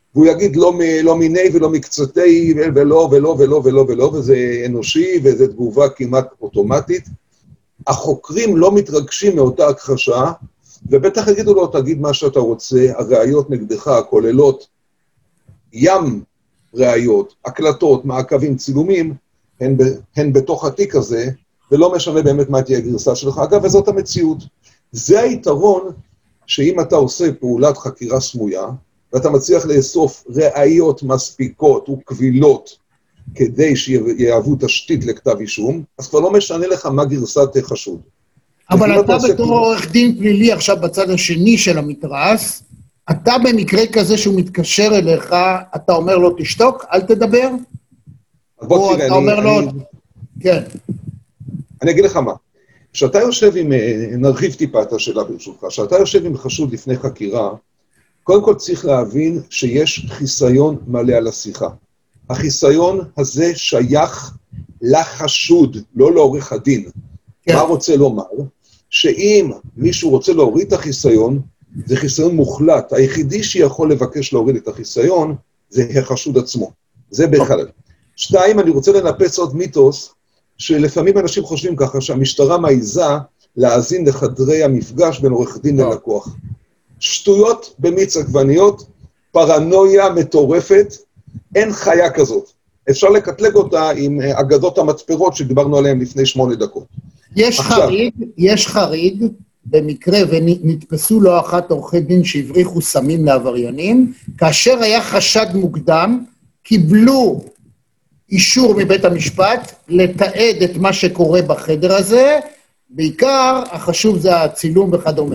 B: והוא יגיד לא מיני ולא מקצתי, ולא, ולא, ולא, ולא, ולא, וזה אנושי, וזו תגובה כמעט אוטומטית. החוקרים לא מתרגשים מאותה הכחשה, ובטח יגידו לו, תגיד מה שאתה רוצה, הראיות נגדך כוללות ים ראיות, הקלטות, מעקבים, צילומים, הן בתוך התיק הזה, ולא משנה באמת מה תהיה הגרסה שלך. אגב, וזאת המציאות. זה היתרון שאם אתה עושה פעולת חקירה סמויה, ואתה מצליח לאסוף ראיות מספיקות וקבילות כדי שיהוו תשתית לכתב אישום, אז כבר לא משנה לך מה גרסת חשוד.
A: אבל אתה בתור עורך דין פלילי עכשיו בצד השני של המתרס, אתה במקרה כזה שהוא מתקשר אליך, אתה אומר לו תשתוק, אל תדבר?
B: או אתה אומר לו...
A: כן.
B: אני אגיד לך מה. כשאתה יושב עם, נרחיב טיפה את השאלה ברשותך, כשאתה יושב עם חשוד לפני חקירה, קודם כל צריך להבין שיש חיסיון מלא על השיחה. החיסיון הזה שייך לחשוד, לא לעורך הדין. כן. מה רוצה לומר? שאם מישהו רוצה להוריד את החיסיון, זה חיסיון מוחלט. היחידי שיכול לבקש להוריד את החיסיון, זה החשוד עצמו. זה בכלל. שתיים, אני רוצה לנפץ עוד מיתוס, שלפעמים אנשים חושבים ככה, שהמשטרה מעיזה להאזין לחדרי המפגש בין עורך דין ללקוח. שטויות במיץ עגבניות, פרנויה מטורפת, אין חיה כזאת. אפשר לקטלג אותה עם אגדות המתפרות שדיברנו עליהן לפני 8 דקות.
A: יש חריג, במקרה, ונתפסו לא אחת עורכי דין שהבריחו סמים לעבריינים, כאשר היה חשד מוקדם, קיבלו אישור מבית המשפט לתעד את מה שקורה בחדר הזה, בעיקר החשוב זה הצילום וכדומה.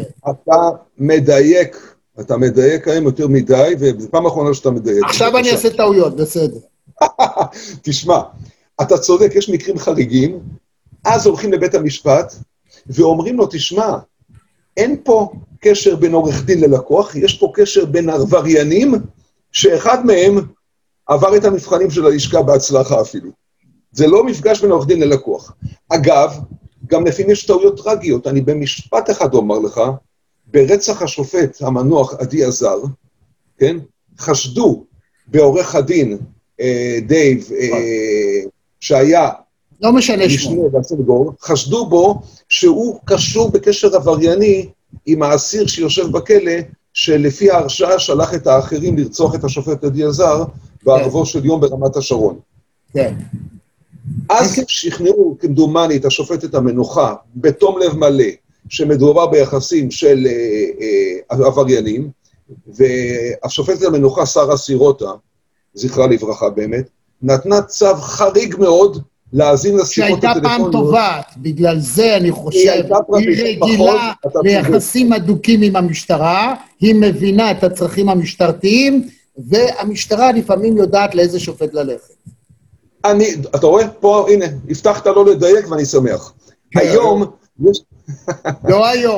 B: אתה מדייק היום יותר מדי, וזו פעם אחרונה שאתה מדייק.
A: עכשיו אני אעשה טעויות, בסדר.
B: תשמע, אתה צודק, יש מקרים חריגים, אז הולכים לבית המשפט, ואומרים לו, תשמע, אין פה קשר בין עורך דין ללקוח, יש פה קשר בין עבריינים, שאחד מהם עבר את המבחנים של הלשכה בהצלחה אפילו. זה לא מפגש בין עורך דין ללקוח. אגב, גם לפעמים יש טעויות טרגיות, אני במשפט אחד אומר לך, ברצח השופט המנוח עדי עזר, כן? חשדו בעורך הדין דייב, שהיה
A: לא משנה שמו.
B: חשדו בו שהוא קשור בקשר עברייני עם האסיר שיושב בכלא, שלפי ההרשעה שלח את האחרים לרצוח את השופט עדי עזר, בערבו של יום ברמת השרון.
A: כן.
B: אז שכנעו כמדומני את השופטת המנוחה, בתום לב מלא, שמדובר ביחסים של עבריינים, והשופטת המנוחה שרה סירוטה, זכרה לברכה באמת, נתנה צו חריג מאוד להאזין לשיחות הטלפוניות.
A: שהייתה פעם טובעת, בגלל זה אני חושב, היא רגילה ליחסים אדוקים עם המשטרה, היא מבינה את הצרכים המשטרתיים, והמשטרה לפעמים יודעת לאיזה שופט ללכת.
B: אתה רואה? פה, הנה, הבטחת לא לדייק ואני שמח. היום...
A: לא היום,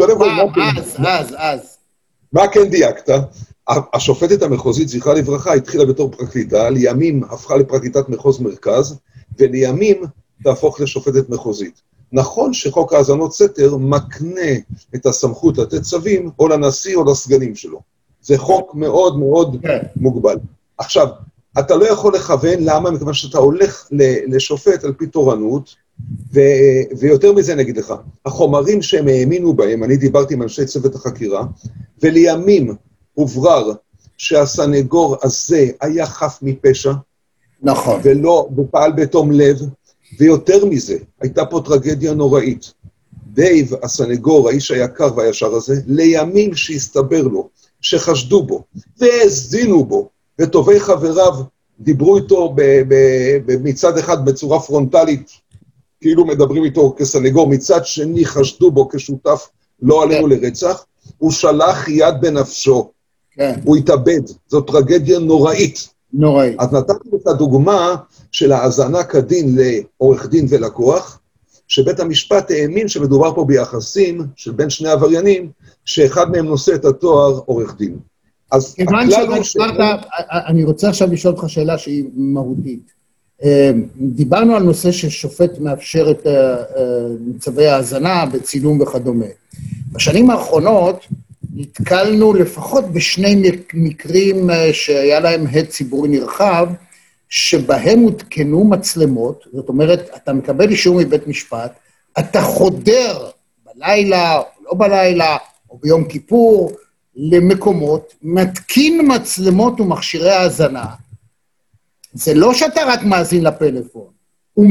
A: אז.
B: מה כן דייקת? השופטת המחוזית, זכרה לברכה, התחילה בתור פרקליטה, לימים הפכה לפרקליטת מחוז מרכז, ולימים תהפוך לשופטת מחוזית. נכון שחוק האזנות סתר מקנה את הסמכות לתת צווים, או לנשיא או לסגנים שלו. זה חוק מאוד מאוד מוגבל. עכשיו, אתה לא יכול לכוון, למה? מכיוון שאתה הולך לשופט על פי תורנות, ויותר מזה נגיד לך, החומרים שהם האמינו בהם, אני דיברתי עם אנשי צוות החקירה, ולימים הוברר שהסנגור הזה היה חף מפשע,
A: נכון.
B: ולא פעל בתום לב, ויותר מזה, הייתה פה טרגדיה נוראית. דייב, הסנגור, האיש היקר והישר הזה, לימים שהסתבר לו, שחשדו בו, והזינו בו, וטובי חבריו דיברו איתו מצד אחד בצורה פרונטלית, כאילו מדברים איתו כסנגור, מצד שני חשדו בו כשותף לא עלינו לרצח, הוא שלח יד בנפשו, הוא התאבד, זו טרגדיה נוראית.
A: נוראית.
B: אז נתתי את הדוגמה של האזנה כדין לעורך דין ולקוח, שבית המשפט האמין שמדובר פה ביחסים של בין שני עבריינים, שאחד מהם נושא את התואר עורך דין. אז
A: כיוון אני רוצה עכשיו לשאול אותך שאלה שהיא מהותית. דיברנו על נושא ששופט מאפשר את צווי ההאזנה בצילום וכדומה. בשנים האחרונות נתקלנו לפחות בשני מקרים שהיה להם הד ציבורי נרחב, שבהם הותקנו מצלמות, זאת אומרת, אתה מקבל אישור מבית משפט, אתה חודר בלילה, או לא בלילה, או ביום כיפור, למקומות, מתקין מצלמות ומכשירי האזנה, זה לא שאתה רק מאזין לפלאפון, הוא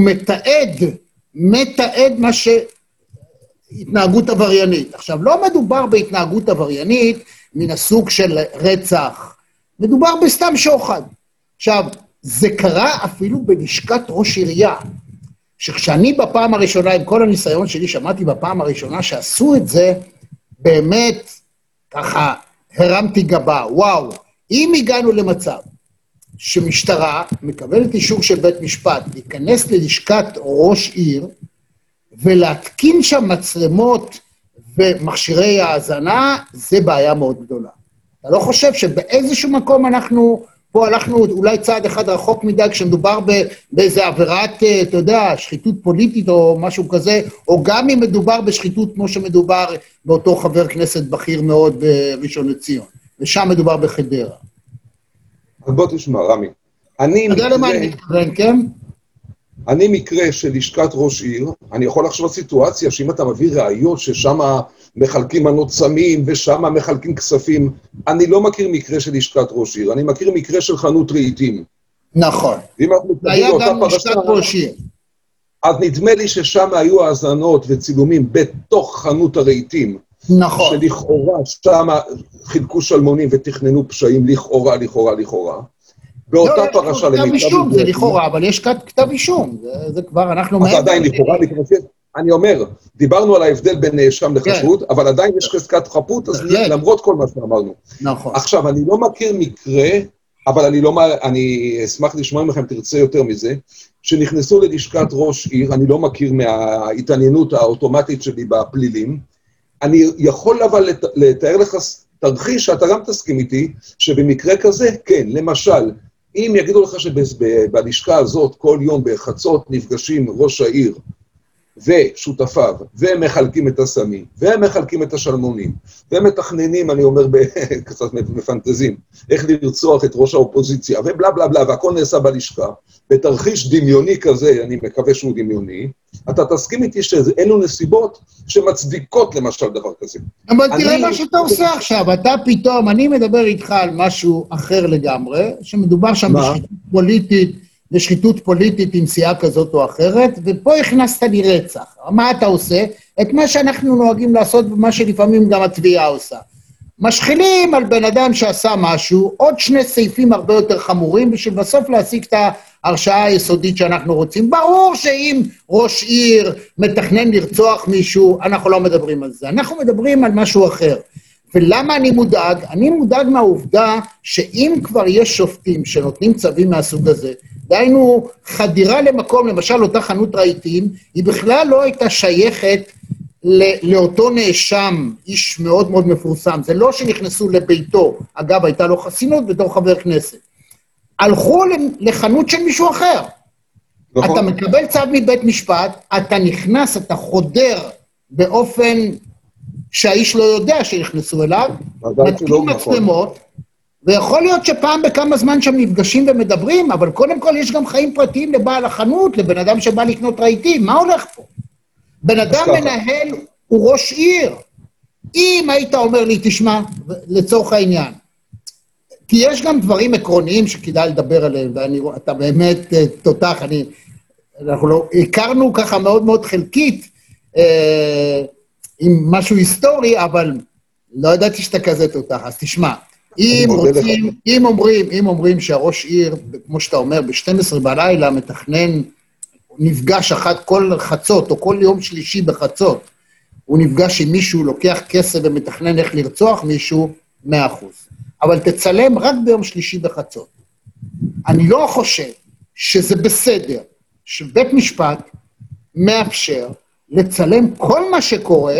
A: מתעד מה התנהגות עבריינית. עכשיו, לא מדובר בהתנהגות עבריינית מן הסוג של רצח, מדובר בסתם שוחד. עכשיו, זה קרה אפילו בלשכת ראש עירייה, שכשאני בפעם הראשונה, עם כל הניסיון שלי, שמעתי בפעם הראשונה שעשו את זה, באמת, ככה, הרמתי גבה, וואו, אם הגענו למצב שמשטרה מקבלת אישור של בית משפט, להיכנס ללשכת ראש עיר, ולהתקין שם מצלמות ומכשירי האזנה, זה בעיה מאוד גדולה. אתה לא חושב שבאיזשהו מקום פה הלכנו אולי צעד אחד רחוק מדי, כשמדובר באיזה עבירת, אתה יודע, שחיתות פוליטית או משהו כזה, או גם אם מדובר בשחיתות כמו שמדובר באותו חבר כנסת בכיר מאוד בראשון לציון, ושם מדובר בחדרה.
B: אז בוא תשמע, רמי.
A: אתה יודע למה אני מתכוון, כן?
B: אני מקרה של לשכת ראש עיר, אני יכול לחשוב סיטואציה שאם אתה מביא ראיות ששם מחלקים מנות סמים ושם מחלקים כספים, אני לא מכיר מקרה של לשכת ראש עיר, אני מכיר מקרה של חנות רהיטים.
A: נכון. היה גם לשכת ראש עיר.
B: אז נדמה לי ששם היו האזנות וצילומים בתוך חנות הרהיטים.
A: נכון.
B: שלכאורה שם חילקו שלמונים ותכננו פשעים לכאורה. באותה פרשה
A: למיטב אישום, זה לכאורה, אבל יש כתב אישום, זה כבר אנחנו...
B: אז עדיין לכאורה, אני אומר, דיברנו על ההבדל בין נאשם לחשוד, אבל עדיין יש חזקת חפות, אז למרות כל מה שאמרנו.
A: נכון.
B: עכשיו, אני לא מכיר מקרה, אבל אני אשמח לשמוע מכם, תרצה יותר מזה, שנכנסו ללשכת ראש עיר, אני לא מכיר מההתעניינות האוטומטית שלי בפלילים, אני יכול אבל לתאר לך תרחיש שאתה גם תסכים איתי, שבמקרה כזה, כן, למשל, אם יגידו לך שבלשכה הזאת כל יום בחצות נפגשים ראש העיר ושותפיו, והם מחלקים את הסמים, והם מחלקים את השלמונים, והם מתכננים, אני אומר, קצת מפנטזים, איך לרצוח את ראש האופוזיציה, ובלה בלה בלה, והכל נעשה בלשכה, בתרחיש דמיוני כזה, אני מקווה שהוא דמיוני, אתה תסכים איתי שאלו נסיבות שמצדיקות למשל דבר כזה.
A: אבל תראה מה שאתה עושה עכשיו, אתה פתאום, אני מדבר איתך על משהו אחר לגמרי, שמדובר שם בשחיתות פוליטית, לשחיתות פוליטית עם סיעה כזאת או אחרת, ופה הכנסת לי רצח. מה אתה עושה? את מה שאנחנו נוהגים לעשות, ומה שלפעמים גם התביעה עושה. משחילים על בן אדם שעשה משהו, עוד שני סעיפים הרבה יותר חמורים, בשביל בסוף להשיג את ההרשעה היסודית שאנחנו רוצים. ברור שאם ראש עיר מתכנן לרצוח מישהו, אנחנו לא מדברים על זה. אנחנו מדברים על משהו אחר. ולמה אני מודאג? אני מודאג מהעובדה שאם כבר יש שופטים שנותנים צווים מהסוג הזה, דהיינו חדירה למקום, למשל אותה חנות רהיטים, היא בכלל לא הייתה שייכת לאותו נאשם, איש מאוד מאוד מפורסם. זה לא שנכנסו לביתו, אגב הייתה לו חסינות בתור חבר כנסת. הלכו לחנות של מישהו אחר. נכון. אתה מקבל צו מבית משפט, אתה נכנס, אתה חודר באופן שהאיש לא יודע שנכנסו אליו, מתקים מצלמות, ויכול להיות שפעם בכמה זמן שם נפגשים ומדברים, אבל קודם כל יש גם חיים פרטיים לבעל החנות, לבן אדם שבא לקנות רהיטים, מה הולך פה? בן אדם מנהל הוא ראש עיר. אם היית אומר לי, תשמע, לצורך העניין, כי יש גם דברים עקרוניים שכדאי לדבר עליהם, ואתה באמת תותח, אנחנו לא, הכרנו ככה מאוד מאוד חלקית, עם משהו היסטורי, אבל לא ידעתי שאתה כזה תותח, אז תשמע, אם אומרים שהראש עיר, כמו שאתה אומר, ב-12 בלילה מתכנן, נפגש אחת כל חצות, או כל יום שלישי בחצות, הוא נפגש עם מישהו, לוקח כסף ומתכנן איך לרצוח מישהו, 100%. אבל תצלם רק ביום שלישי בחצות. אני לא חושב שזה בסדר, שבית משפט מאפשר לצלם כל מה שקורה,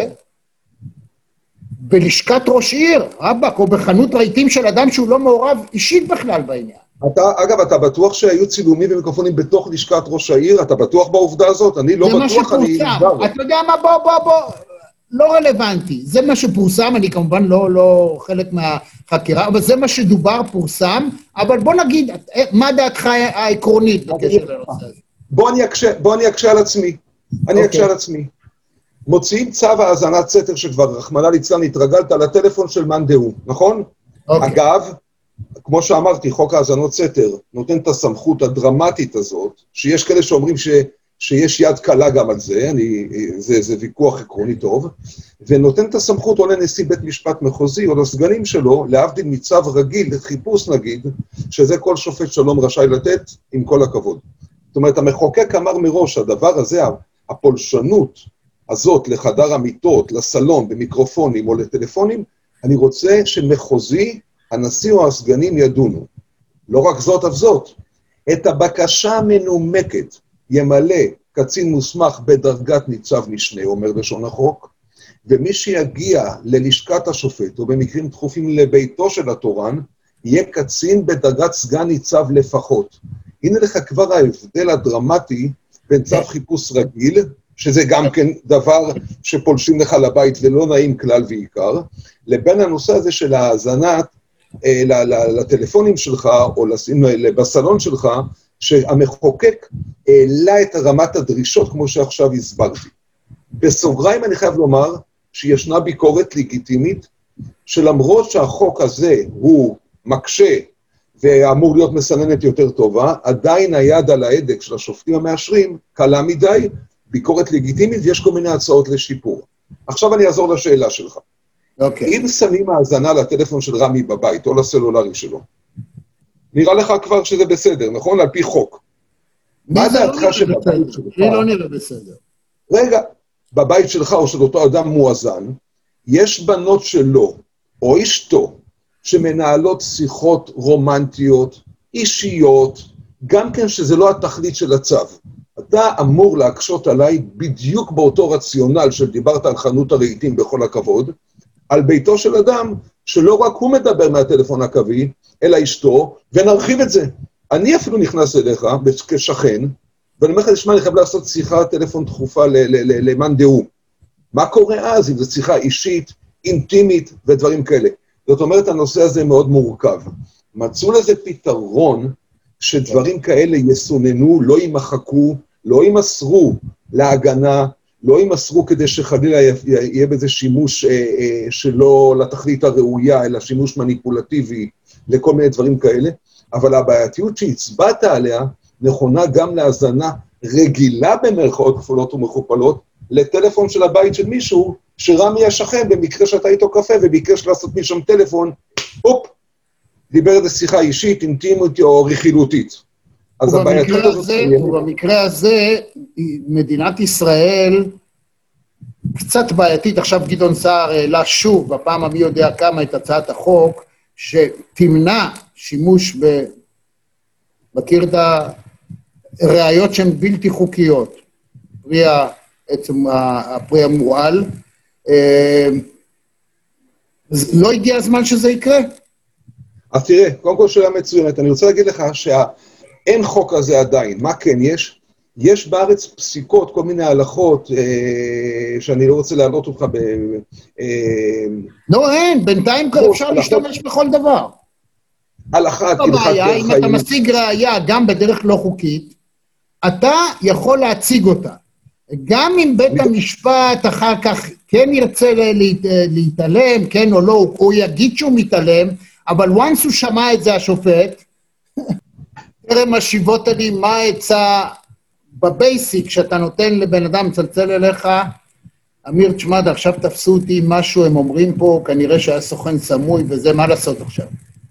A: בלשכת ראש עיר, רבק, או בחנות רהיטים של אדם שהוא לא מעורב אישית בכלל בעניין.
B: אגב, אתה בטוח שהיו צילומים ומיקרופונים בתוך לשכת ראש העיר? אתה בטוח בעובדה הזאת? אני לא בטוח, אני...
A: אתה יודע מה, בוא. לא רלוונטי. זה מה שפורסם, אני כמובן לא חלק מהחקירה, אבל זה מה שדובר, פורסם, אבל בוא נגיד, מה דעתך העקרונית בקשר לנושא הזה?
B: בוא אני אקשה על עצמי. אני אקשה על עצמי. מוציאים צו האזנת סתר שכבר רחמנא ליצלן התרגלת לטלפון של מאן דהוא, נכון? אגב, כמו שאמרתי, חוק האזנות סתר נותן את הסמכות הדרמטית הזאת, שיש כאלה שאומרים שיש יד קלה גם על זה, זה ויכוח עקרוני טוב, ונותן את הסמכות או לנשיא בית משפט מחוזי או לסגנים שלו, להבדיל מצו רגיל, לחיפוש נגיד, שזה כל שופט שלום רשאי לתת, עם כל הכבוד. זאת אומרת, המחוקק אמר מראש, הדבר הזה, הפולשנות הזאת לחדר המיטות, לסלון, במיקרופונים או לטלפונים, אני רוצה שמחוזי, הנשיא או הסגנים ידונו. לא רק זאת אף זאת, את הבקשה המנומקת ימלא קצין מוסמך בדרגת ניצב משנה, אומר לשון החוק, ומי שיגיע ללשכת השופט, או במקרים דחופים לביתו של התורן, יהיה קצין בדרגת סגן ניצב לפחות. הנה לך כבר ההבדל הדרמטי בין צו חיפוש רגיל, שזה גם כן דבר שפולשים לך לבית ולא נעים כלל ועיקר, לבין הנושא הזה של ההאזנת לטלפונים שלך, או בסלון שלך, שהמחוקק העלה את רמת הדרישות, כמו שעכשיו הסברתי. בסוגריים אני חייב לומר, שישנה ביקורת לגיטימית, שלמרות שהחוק הזה הוא מקשה, ואמור להיות מסננת יותר טובה, עדיין היד על ההדק של השופטים המאשרים, קלה מדי, ביקורת לגיטימית, ויש כל מיני הצעות לשיפור. עכשיו אני אעזור לשאלה שלך. אם שמים האזנה לטלפון של רמי בבית, או לסלולרי שלו, נראה לך כבר שזה בסדר, נכון? על פי חוק. מה דעתך שבבית שלך...
A: לי לא נראה בסדר.
B: רגע, בבית שלך או של אותו אדם מואזן, יש בנות שלו, או אשתו, שמנהלות שיחות רומנטיות, אישיות, גם כן שזה לא התכלית של הצו. אתה אמור להקשות עליי בדיוק באותו רציונל שדיברת על חנות הרהיטים בכל הכבוד, על ביתו של אדם שלא רק הוא מדבר מהטלפון הקווי, אלא אשתו, ונרחיב את זה. אני אפילו נכנס אליך כשכן, ואני אומר לך, תשמע, אני חייב לעשות שיחה טלפון דחופה למאן דהוא. מה קורה אז אם זו שיחה אישית, אינטימית ודברים כאלה? זאת אומרת, הנושא הזה מאוד מורכב. מצאו לזה פתרון שדברים כאלה יסוננו, לא יימחקו, לא יימסרו להגנה, לא יימסרו כדי שחלילה יהיה בזה שימוש שלא לתכלית הראויה, אלא שימוש מניפולטיבי לכל מיני דברים כאלה, אבל הבעייתיות שהצבעת עליה נכונה גם להאזנה רגילה במרכאות כפולות ומכופלות, לטלפון של הבית של מישהו, שרמי השכן במקרה שאתה איתו קפה וביקש לעשות משם טלפון, הופ, דיבר איזה שיחה אישית, אינטימית או רכילותית. אז הבעייתיות הזאת...
A: ובמקרה הזה, מדינת ישראל קצת בעייתית, עכשיו גדעון סער העלה שוב, בפעם המי יודע כמה את הצעת החוק, שתמנע שימוש מכיר את הראיות שהן בלתי חוקיות, הפרי המועל, לא הגיע הזמן שזה יקרה?
B: אז תראה, קודם כל שאלה מצוינת, אני רוצה להגיד לך שאין חוק הזה עדיין, מה כן יש? יש בארץ פסיקות, כל מיני הלכות, שאני לא רוצה להעלות אותך
A: לא, אין, בינתיים אפשר להשתמש בכל דבר.
B: הלכת,
A: הבעיה, אם אתה משיג ראייה גם בדרך לא חוקית, אתה יכול להציג אותה. גם אם בית המשפט אחר כך כן ירצה להתעלם, כן או לא, הוא יגיד שהוא מתעלם, אבל once הוא שמע את זה השופט, תראה משיבות לי מה העצה בבייסיק שאתה נותן לבן אדם מצלצל אליך, אמיר, תשמע, עכשיו תפסו אותי משהו, הם אומרים פה, כנראה שהיה סוכן סמוי, וזה מה לעשות עכשיו.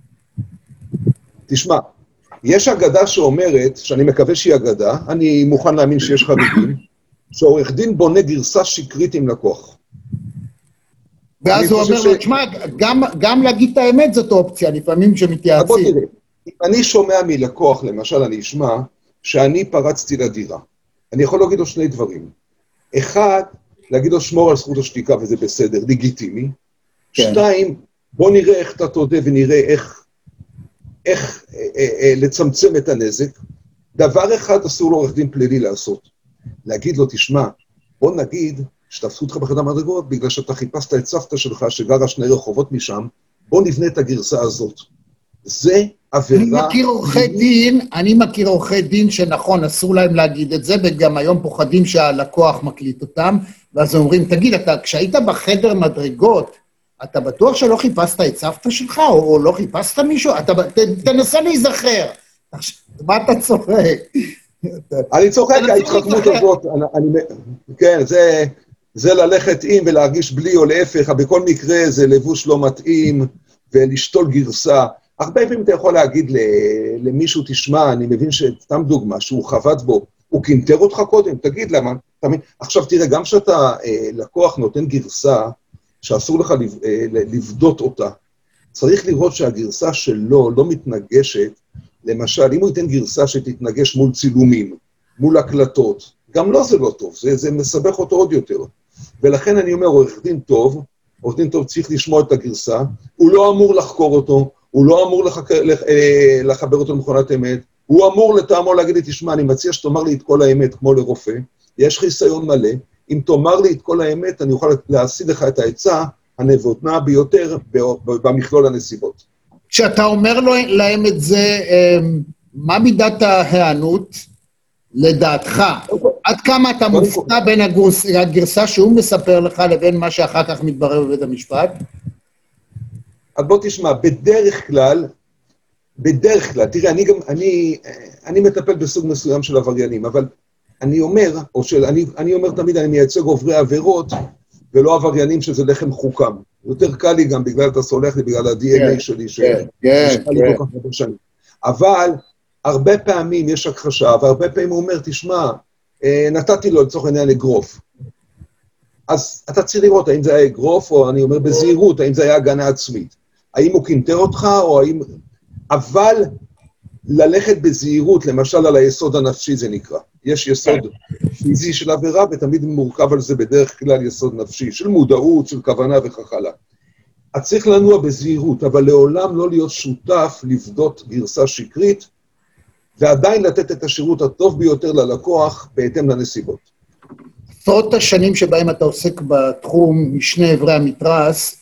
B: תשמע, יש אגדה שאומרת, שאני מקווה שהיא אגדה, אני מוכן להאמין שיש חריגים, שעורך דין בונה גרסה שקרית עם לקוח.
A: ואז הוא אומר לו, תשמע, גם להגיד את האמת זאת אופציה, לפעמים שמתייעצים.
B: בוא תראה, אם אני שומע מלקוח, למשל אני אשמע, שאני פרצתי לדירה. אני יכול להגיד לו שני דברים. אחד, להגיד לו שמור על זכות השתיקה, וזה בסדר, לגיטימי. שתיים, בוא נראה איך אתה תודה ונראה איך לצמצם את הנזק. דבר אחד אסור לו עורך דין פלילי לעשות. להגיד לו, תשמע, בוא נגיד שתפסו אותך בחדר מדרגות, בגלל שאתה חיפשת את סבתא שלך, שגרה 2 רחובות משם, בוא נבנה את הגרסה הזאת. זה עבירה...
A: אני מכיר עורכי דין שנכון, אסור להם להגיד את זה, וגם היום פוחדים שהלקוח מקליט אותם, ואז אומרים, תגיד, כשהיית בחדר מדרגות, אתה בטוח שלא חיפשת את סבתא שלך, או לא חיפשת מישהו? תנסה להיזכר. מה אתה צוחק?
B: אני צוחק, ההתחכמות הזאת, כן, זה ללכת עם ולהרגיש בלי או להפך, בכל מקרה זה לבוש לא מתאים, ולשתול גרסה. הרבה פעמים אתה יכול להגיד למישהו, תשמע, אני מבין שסתם דוגמה, שהוא חבט בו, הוא קינטר אותך קודם, תגיד למה, עכשיו תראה, גם שאתה לקוח נותן גרסה, שאסור לך לבדות אותה, צריך לראות שהגרסה שלו לא מתנגשת, למשל, אם הוא ייתן גרסה שתתנגש מול צילומים, מול הקלטות, גם לא זה לא טוב, זה מסבך אותו עוד יותר. ולכן אני אומר, עורך דין טוב צריך לשמוע את הגרסה, הוא לא אמור לחקור אותו, הוא לא אמור לחבר אותו למכונת אמת, הוא אמור לטעמו להגיד לי, תשמע, אני מציע שתאמר לי את כל האמת, כמו לרופא, יש חיסיון מלא, אם תאמר לי את כל האמת, אני אוכל להשיג לך את העצה הנבונה ביותר במכלול הנסיבות.
A: כשאתה אומר להם את זה, מה מידת ההיענות לדעתך? עד כמה אתה מופתע בין הגרסה שהוא מספר לך לבין מה שאחר כך מתברר בבית המשפט?
B: אז בוא תשמע, בדרך כלל, תראה, אני מטפל בסוג מסוים של עבריינים, אבל אני אומר תמיד, אני מייצג עוברי עבירות, ולא עבריינים שזה לחם חוקם. יותר קל לי גם בגלל, אתה סולח לי, בגלל ה-DNA שלי, לי כל כך הרבה שנים. אבל הרבה פעמים יש הכחשה, והרבה פעמים הוא אומר, תשמע, נתתי לו לצורך העניין אגרוף. אז אתה צריך לראות, האם זה היה אגרוף, או אני אומר בזהירות, האם זה היה הגנה עצמית. האם הוא קינטר אותך, או האם... אבל ללכת בזהירות, למשל על היסוד הנפשי זה נקרא. יש יסוד פיזי של עבירה, ותמיד מורכב על זה בדרך כלל יסוד נפשי, של מודעות, של כוונה וכך הלאה. אז צריך לנוע בזהירות, אבל לעולם לא להיות שותף לבדות גרסה שקרית, ועדיין לתת את השירות הטוב ביותר ללקוח בהתאם לנסיבות.
A: עשרות השנים שבהם אתה עוסק בתחום משני עברי המתרס,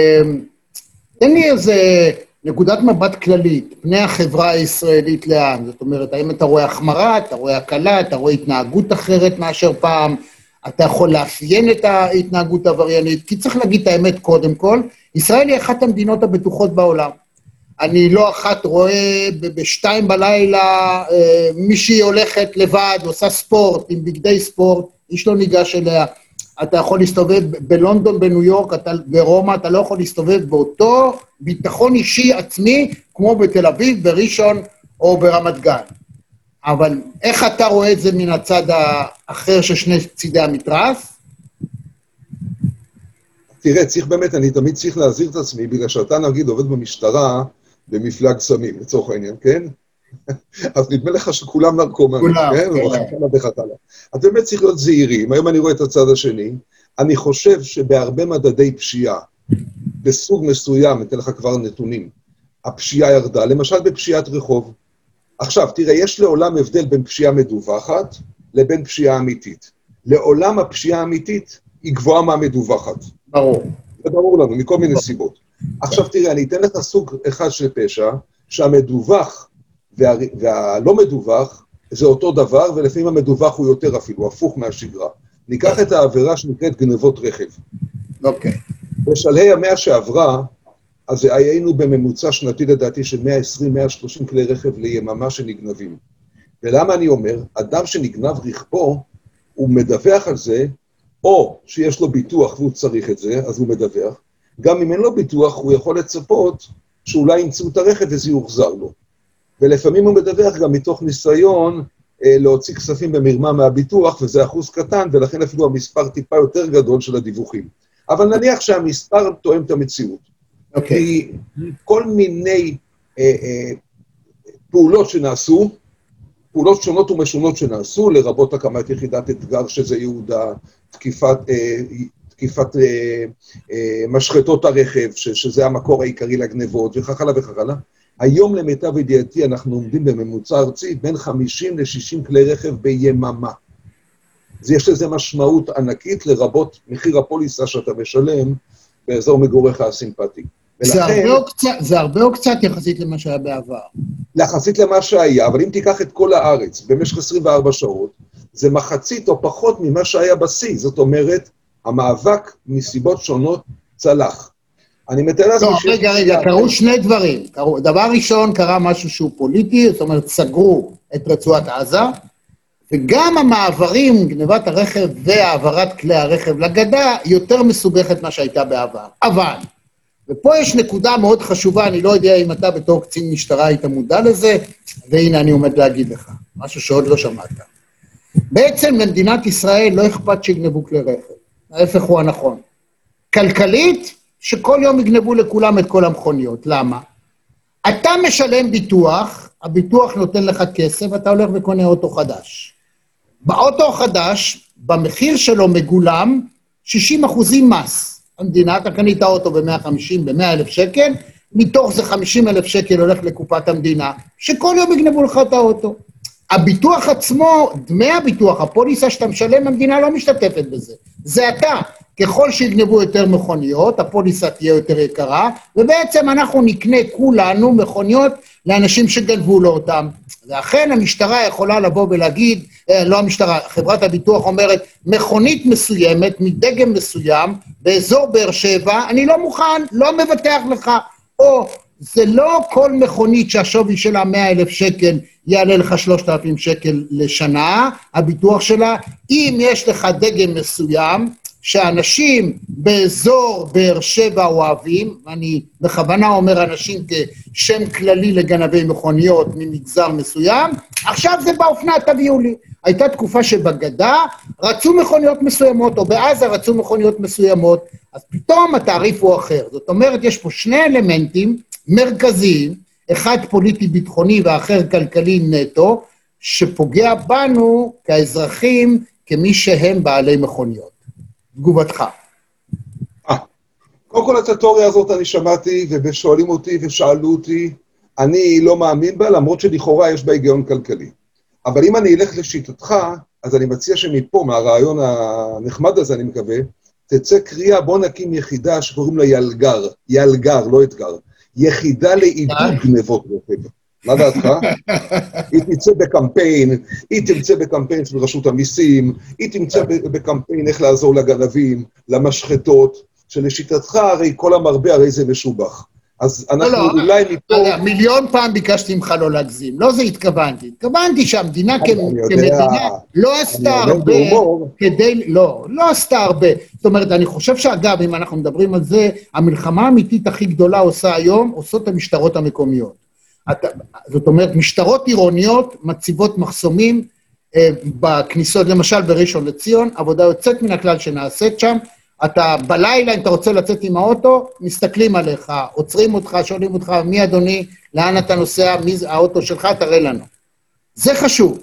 A: תן לי איזה נקודת מבט כללית, פני החברה הישראלית לאן, זאת אומרת, האם אתה רואה החמרה, אתה רואה הקלה, אתה רואה התנהגות אחרת מאשר פעם, אתה יכול לאפיין את ההתנהגות העבריינית, כי צריך להגיד את האמת קודם כל, ישראל היא אחת המדינות הבטוחות בעולם. אני לא אחת רואה בשתיים בלילה, מישהי הולכת לבד, עושה ספורט, עם בגדי ספורט, איש לא ניגש אליה, אתה יכול להסתובב בלונדון, בניו יורק, ברומא, אתה לא יכול להסתובב באותו ביטחון אישי עצמי, כמו בתל אביב, בראשון או ברמת גן. אבל איך אתה רואה את זה מן הצד האחר של שני צידי המתרס?
B: תראה, צריך באמת, אני תמיד צריך להזהיר את עצמי, בגלל שאתה נגיד עובד במשטרה, במפלג סמים, לצורך העניין, כן? אז נדמה לך שכולם נרקומנים, כן? אז באמת צריך להיות זהירים. היום אני רואה את הצד השני. אני חושב שבהרבה מדדי פשיעה, בסוג מסוים, אתן לך כבר נתונים, הפשיעה ירדה, למשל בפשיעת רחוב. עכשיו, תראה, יש לעולם הבדל בין פשיעה מדווחת לבין פשיעה אמיתית. לעולם הפשיעה האמיתית היא גבוהה מהמדווחת.
A: ברור.
B: זה ברור לנו, מכל מיני סיבות. עכשיו תראה, אני אתן לך סוג אחד של פשע, שהמדווח והלא מדווח זה אותו דבר, ולפעמים המדווח הוא יותר אפילו, הפוך מהשגרה. ניקח את העבירה שנקראת גנבות רכב.
A: אוקיי.
B: בשלהי המאה שעברה, אז היינו בממוצע שנתי לדעתי של 120-130 כלי רכב ליממה שנגנבים. ולמה אני אומר? אדם שנגנב רכבו, הוא מדווח על זה, או שיש לו ביטוח והוא צריך את זה, אז הוא מדווח. גם אם אין לו ביטוח, הוא יכול לצפות שאולי ימצאו את הרכב וזה יוחזר לו. ולפעמים הוא מדווח גם מתוך ניסיון להוציא כספים במרמה מהביטוח, וזה אחוז קטן, ולכן אפילו המספר טיפה יותר גדול של הדיווחים. אבל נניח שהמספר תואם את המציאות. כי כל מיני פעולות שנעשו, פעולות שונות ומשונות שנעשו, לרבות הקמת יחידת אתגר שזה יהודה, תקיפת משחטות הרכב, שזה המקור העיקרי לגנבות, וכך הלאה וכך הלאה. היום למיטב ידיעתי אנחנו עומדים בממוצע ארצי בין 50 ל-60 כלי רכב ביממה. יש לזה משמעות ענקית לרבות מחיר הפוליסה שאתה משלם באזור מגוריך הסימפטי.
A: זה הרבה או קצת יחסית למה שהיה בעבר.
B: יחסית למה שהיה, אבל אם תיקח את כל הארץ במשך 24 שעות, זה מחצית או פחות ממה שהיה בשיא. זאת אומרת, המאבק מסיבות שונות צלח. אני מתאר לעצמי
A: רגע, קרו שני דברים. דבר ראשון, קרה משהו שהוא פוליטי, זאת אומרת, סגרו את רצועת עזה, וגם המעברים, גנבת הרכב והעברת כלי הרכב לגדה, יותר מסובכת מה שהייתה בעבר. אבל, ופה יש נקודה מאוד חשובה, אני לא יודע אם אתה בתור קצין משטרה היית מודע לזה, והנה אני עומד להגיד לך, משהו שעוד לא שמעת. בעצם למדינת ישראל לא אכפת שיגנבו כלי רכב, ההפך הוא הנכון. כלכלית, שכל יום יגנבו לכולם את כל המכוניות, למה? אתה משלם ביטוח, הביטוח נותן לך כסף, אתה הולך וקונה אוטו חדש. באוטו החדש, במחיר שלו מגולם 60% מס. המדינה, אתה קנית האוטו ב-150, ב-100,000 שקל, מתוך זה 50,000 שקל הולך לקופת המדינה, שכל יום יגנבו לך את האוטו. הביטוח עצמו, דמי הביטוח, הפוליסה שאתה משלם, המדינה לא משתתפת בזה. זה אתה. ככל שיגנבו יותר מכוניות, הפוליסה תהיה יותר יקרה, ובעצם אנחנו נקנה כולנו מכוניות לאנשים שגנבו לו אותם. ואכן המשטרה יכולה לבוא ולהגיד, לא המשטרה, חברת הביטוח אומרת, מכונית מסוימת, מדגם מסוים, באזור באר שבע, אני לא מוכן, לא מבטח לך, או זה לא כל מכונית שהשווי שלה 100,000 שקל, יעלה לך 3,000 שקל לשנה, הביטוח שלה, אם יש לך דגם מסוים, שאנשים באזור באר שבע אוהבים, ואני בכוונה אומר אנשים כשם כללי לגנבי מכוניות ממגזר מסוים, עכשיו זה באופנה, תביאו לי. הייתה תקופה שבגדה רצו מכוניות מסוימות, או בעזה רצו מכוניות מסוימות, אז פתאום התעריף הוא אחר. זאת אומרת, יש פה שני אלמנטים מרכזיים, אחד פוליטי ביטחוני ואחר כלכלי נטו, שפוגע בנו כאזרחים, כמי שהם בעלי מכוניות. תגובתך.
B: קודם כל את התיאוריה הזאת אני שמעתי, ושואלים אותי ושאלו אותי, אני לא מאמין בה, למרות שלכאורה יש בה היגיון כלכלי. אבל אם אני אלך לשיטתך, אז אני מציע שמפה, מהרעיון הנחמד הזה, אני מקווה, תצא קריאה, בוא נקים יחידה שקוראים לה ילגר, ילגר, לא אתגר, יחידה לעידוד גנבות רכב. מה דעתך? היא תמצא בקמפיין, היא תמצא בקמפיין של רשות המיסים, היא תמצא בקמפיין איך לעזור לגנבים, למשחטות, שלשיטתך הרי כל המרבה הרי זה משובח. אז אנחנו אולי מפה...
A: מיליון פעם ביקשתי ממך לא להגזים, לא זה התכוונתי. התכוונתי שהמדינה כמדינה לא עשתה הרבה כדי... לא עשתה הרבה. זאת אומרת, אני חושב שאגב, אם אנחנו מדברים על זה, המלחמה האמיתית הכי גדולה עושה היום, עושות המשטרות המקומיות. זאת אומרת, משטרות עירוניות מציבות מחסומים בכניסות, למשל בראשון לציון, עבודה יוצאת מן הכלל שנעשית שם, אתה בלילה, אם אתה רוצה לצאת עם האוטו, מסתכלים עליך, עוצרים אותך, שואלים אותך, מי אדוני, לאן אתה נוסע, מי האוטו שלך, תראה לנו. זה חשוב.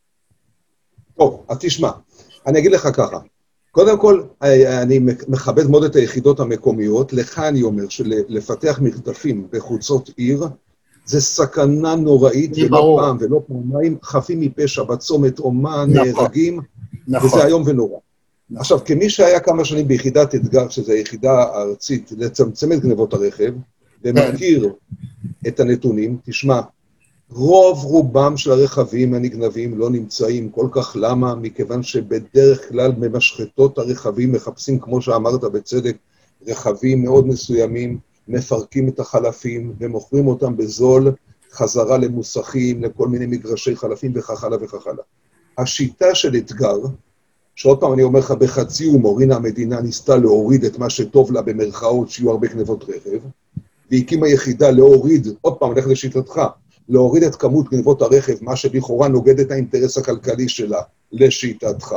B: טוב, אז תשמע, אני אגיד לך ככה, קודם כל, אני מכבד מאוד את היחידות המקומיות, לך אני אומר שלפתח מרדפים בחוצות עיר, זה סכנה נוראית, ולא פעם ולא פעמיים, חפים מפשע בצומת אומה, נהרגים, וזה היום ונורא. עכשיו, כמי שהיה כמה שנים ביחידת אתגר, שזו היחידה הארצית לצמצם את גנבות הרכב, ומכיר את הנתונים, תשמע, רוב רובם של הרכבים הנגנבים לא נמצאים כל כך למה, מכיוון שבדרך כלל ממשחטות הרכבים מחפשים, כמו שאמרת בצדק, רכבים מאוד מסוימים, מפרקים את החלפים ומוכרים אותם בזול, חזרה למוסכים, לכל מיני מגרשי חלפים וכך הלאה וכך הלאה. השיטה של אתגר, שעוד פעם אני אומר לך בחצי הומור, הנה המדינה ניסתה להוריד את מה שטוב לה במרכאות, שיהיו הרבה גנבות רכב, והקימה יחידה להוריד, עוד פעם, הולך לשיטתך, להוריד את כמות גנבות הרכב, מה שלכאורה נוגד את האינטרס הכלכלי שלה, לשיטתך.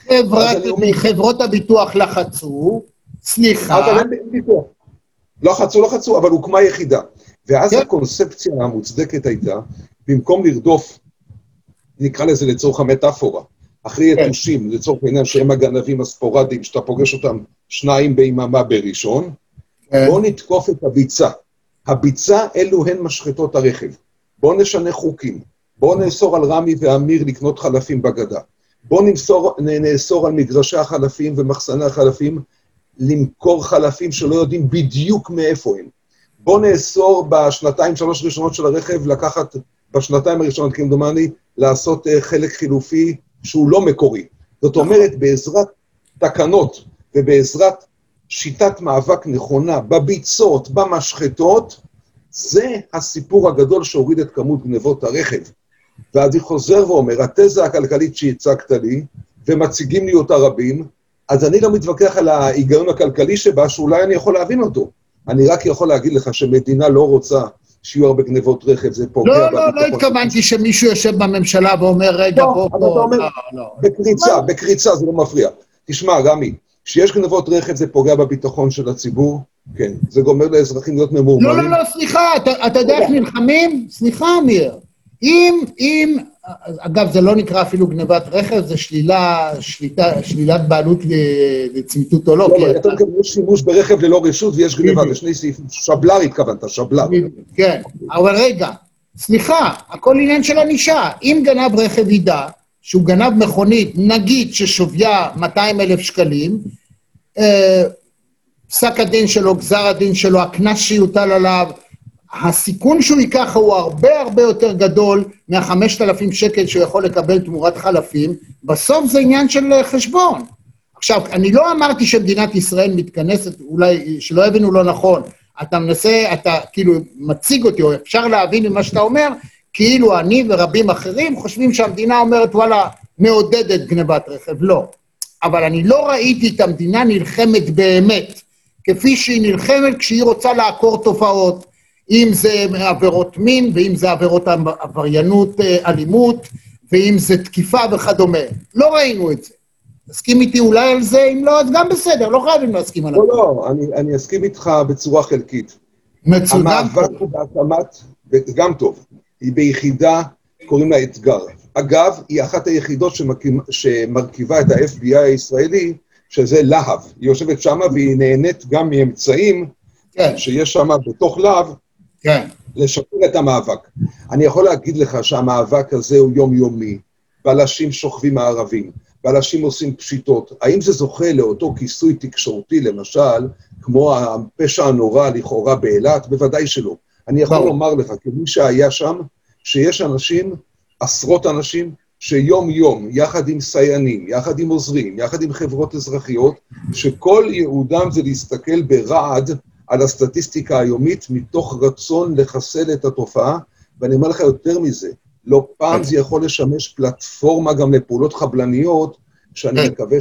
A: חברות הביטוח לחצו, סליחה.
B: לא חצו, אבל הוקמה יחידה. ואז הקונספציה המוצדקת הייתה, במקום לרדוף, נקרא לזה לצורך המטאפורה, אחרי יתושים, לצורך העניין שהם הגנבים הספורדיים, שאתה פוגש אותם 2 ביממה בראשון, בוא נתקוף את הביצה. הביצה אלו הן משחטות הרכב. בוא נשנה חוקים. בוא נאסור על רמי ואמיר לקנות חלפים בגדה. בואו נאסור על מגרשי החלפים ומחסני החלפים, למכור חלפים שלא יודעים בדיוק מאיפה הם. בואו נאסור בשנתיים, 3 ראשונות של הרכב, לקחת בשנתיים הראשונות, כמדומני, לעשות חלק חילופי שהוא לא מקורי. זאת אומרת, בעזרת תקנות ובעזרת שיטת מאבק נכונה, בביצות, במשחטות, זה הסיפור הגדול שהוריד את כמות גנבות הרכב. ואז היא חוזר ואומר, התזה הכלכלית שהצגת לי, ומציגים לי אותה רבים, אז אני לא מתווכח על ההיגיון הכלכלי שבה, שאולי אני יכול להבין אותו. אני רק יכול להגיד לך שמדינה לא רוצה שיהיו הרבה גנבות רכב, זה פוגע בביטחון.
A: לא התכוונתי שמישהו יושב בממשלה ואומר, רגע,
B: בוא, בקריצה זה לא מפריע. תשמע, רמי, כשיש גנבות רכב זה פוגע בביטחון של הציבור, כן, זה גומר לאזרחים להיות ממורמרים.
A: לא, סליחה, אתה יודע איך נלחמים? סליחה, אמיר. אגב, זה לא נקרא אפילו גנבת רכב, זה שלילת בעלות לצמיתות או לא.
B: יותר כזה יש שימוש ברכב ללא רשות ויש גנבה, זה שני סעיפים, שבלר התכוונת, שבלר.
A: כן, אבל רגע, סליחה, הכל עניין של ענישה. אם גנב רכב ידע שהוא גנב מכונית, נגיד ששוויה 200,000 שקלים, פסק הדין שלו, גזר הדין שלו, הקנס שיוטל עליו, הסיכון שהוא ייקח הוא הרבה הרבה יותר גדול מה-5,000 שקל שהוא יכול לקבל תמורת חלפים, בסוף זה עניין של חשבון. עכשיו, אני לא אמרתי שמדינת ישראל מתכנסת, אולי שלא הבינו לא נכון, אתה מנסה, אתה כאילו מציג אותי, או אפשר להבין ממה שאתה אומר, כאילו אני ורבים אחרים חושבים שהמדינה אומרת, וואלה, מעודדת גנבת רכב, לא. אבל אני לא ראיתי את המדינה נלחמת באמת, כפי שהיא נלחמת כשהיא רוצה לעקור תופעות, אם זה עבירות מין, ואם זה עבירות עבריינות, אלימות, ואם זה תקיפה וכדומה. לא ראינו את זה. תסכים איתי אולי על זה, אם לא, אז גם בסדר, לא חייבים להסכים עליו.
B: לא, אני אסכים איתך בצורה חלקית.
A: מצוין.
B: המאבק הוא בהקמת, וגם טוב, היא ביחידה, קוראים לה אתגר. אגב, היא אחת היחידות שמרכיבה את ה-FBI הישראלי, שזה להב. היא יושבת שמה והיא נהנית גם מאמצעים, כן. שיש שמה בתוך להב, כן. לשפר את המאבק. אני יכול להגיד לך שהמאבק הזה הוא יומיומי, בלשים שוכבים הערבים, בלשים עושים פשיטות. האם זה זוכה לאותו כיסוי תקשורתי, למשל, כמו הפשע הנורא לכאורה באילת? בוודאי שלא. אני יכול לומר לך, כמי שהיה שם, שיש אנשים, עשרות אנשים, שיום יום, יחד עם סיינים, יחד עם עוזרים, יחד עם חברות אזרחיות, שכל ייעודם זה להסתכל ברעד על הסטטיסטיקה היומית, מתוך רצון לחסל את התופעה, ואני אומר לך יותר מזה, לא פעם זה יכול לשמש פלטפורמה גם לפעולות חבלניות, שאני מקווה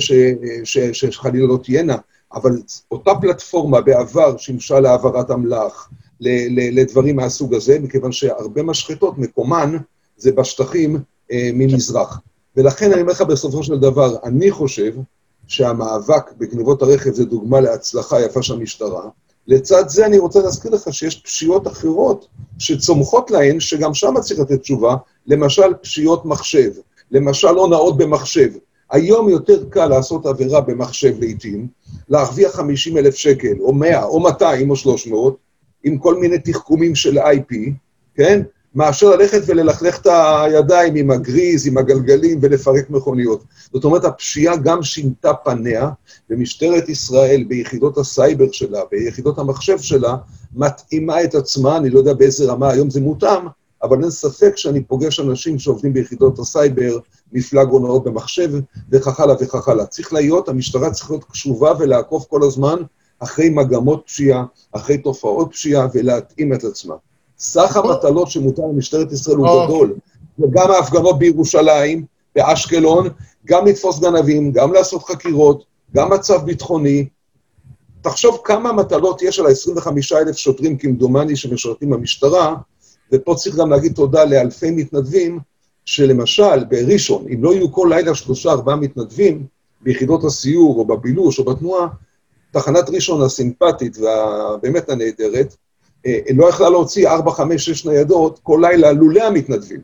B: שחלילה לא תהיינה, אבל אותה פלטפורמה בעבר שימשה להעברת אמל"ח, לדברים מהסוג הזה, מכיוון שהרבה משחטות, מקומן, זה בשטחים ממזרח. ולכן אני אומר לך בסופו של דבר, אני חושב שהמאבק בגנבות הרכב זה דוגמה להצלחה יפה של המשטרה. לצד זה אני רוצה להזכיר לך שיש פשיעות אחרות שצומחות להן, שגם שם צריך לתת תשובה, למשל פשיעות מחשב, למשל הונאות במחשב. היום יותר קל לעשות עבירה במחשב לעתים, להרוויח 50,000 שקל, או 100, או 200, או 300, עם כל מיני תחכומים של IP, כן? מאשר ללכת וללכלך את הידיים עם הגריז, עם הגלגלים, ולפרק מכוניות. זאת אומרת, הפשיעה גם שינתה פניה, ומשטרת ישראל ביחידות הסייבר שלה, ביחידות המחשב שלה, מתאימה את עצמה, אני לא יודע באיזה רמה, היום זה מותאם, אבל אין ספק שאני פוגש אנשים שעובדים ביחידות הסייבר, מפלג הונאות במחשב, וכך הלאה וכך הלאה. צריך להיות, המשטרה צריכה להיות קשובה ולעקוב כל הזמן, אחרי מגמות פשיעה, אחרי תופעות פשיעה, ולהתאים את עצמה. סך המטלות שמותר למשטרת ישראל הוא גדול, וגם ההפגנות בירושלים, באשקלון, גם לתפוס גנבים, גם לעשות חקירות, גם מצב ביטחוני. תחשוב כמה מטלות יש על ה-25,000 שוטרים כמדומני שמשרתים במשטרה, ופה צריך גם להגיד תודה לאלפי מתנדבים, שלמשל בראשון, אם לא יהיו כל לילה 3-4 מתנדבים, ביחידות הסיור או בבילוש או בתנועה, תחנת ראשון הסימפטית והבאמת הנהדרת, לא יכלה להוציא 4, 5, 6 ניידות כל לילה לולא המתנדבים.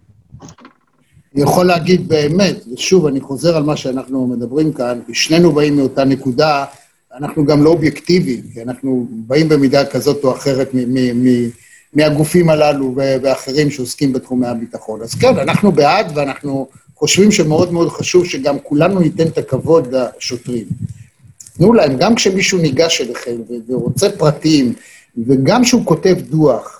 A: אני יכול להגיד באמת, ושוב אני חוזר על מה שאנחנו מדברים כאן, ושנינו באים מאותה נקודה, אנחנו גם לא אובייקטיביים, כי אנחנו באים במידה כזאת או אחרת מהגופים הללו ואחרים שעוסקים בתחומי הביטחון. אז כן, אנחנו בעד ואנחנו חושבים שמאוד מאוד חשוב שגם כולנו ניתן את הכבוד לשוטרים. תנו להם, גם כשמישהו ניגש אליכם ורוצה פרטים, וגם שהוא כותב דוח,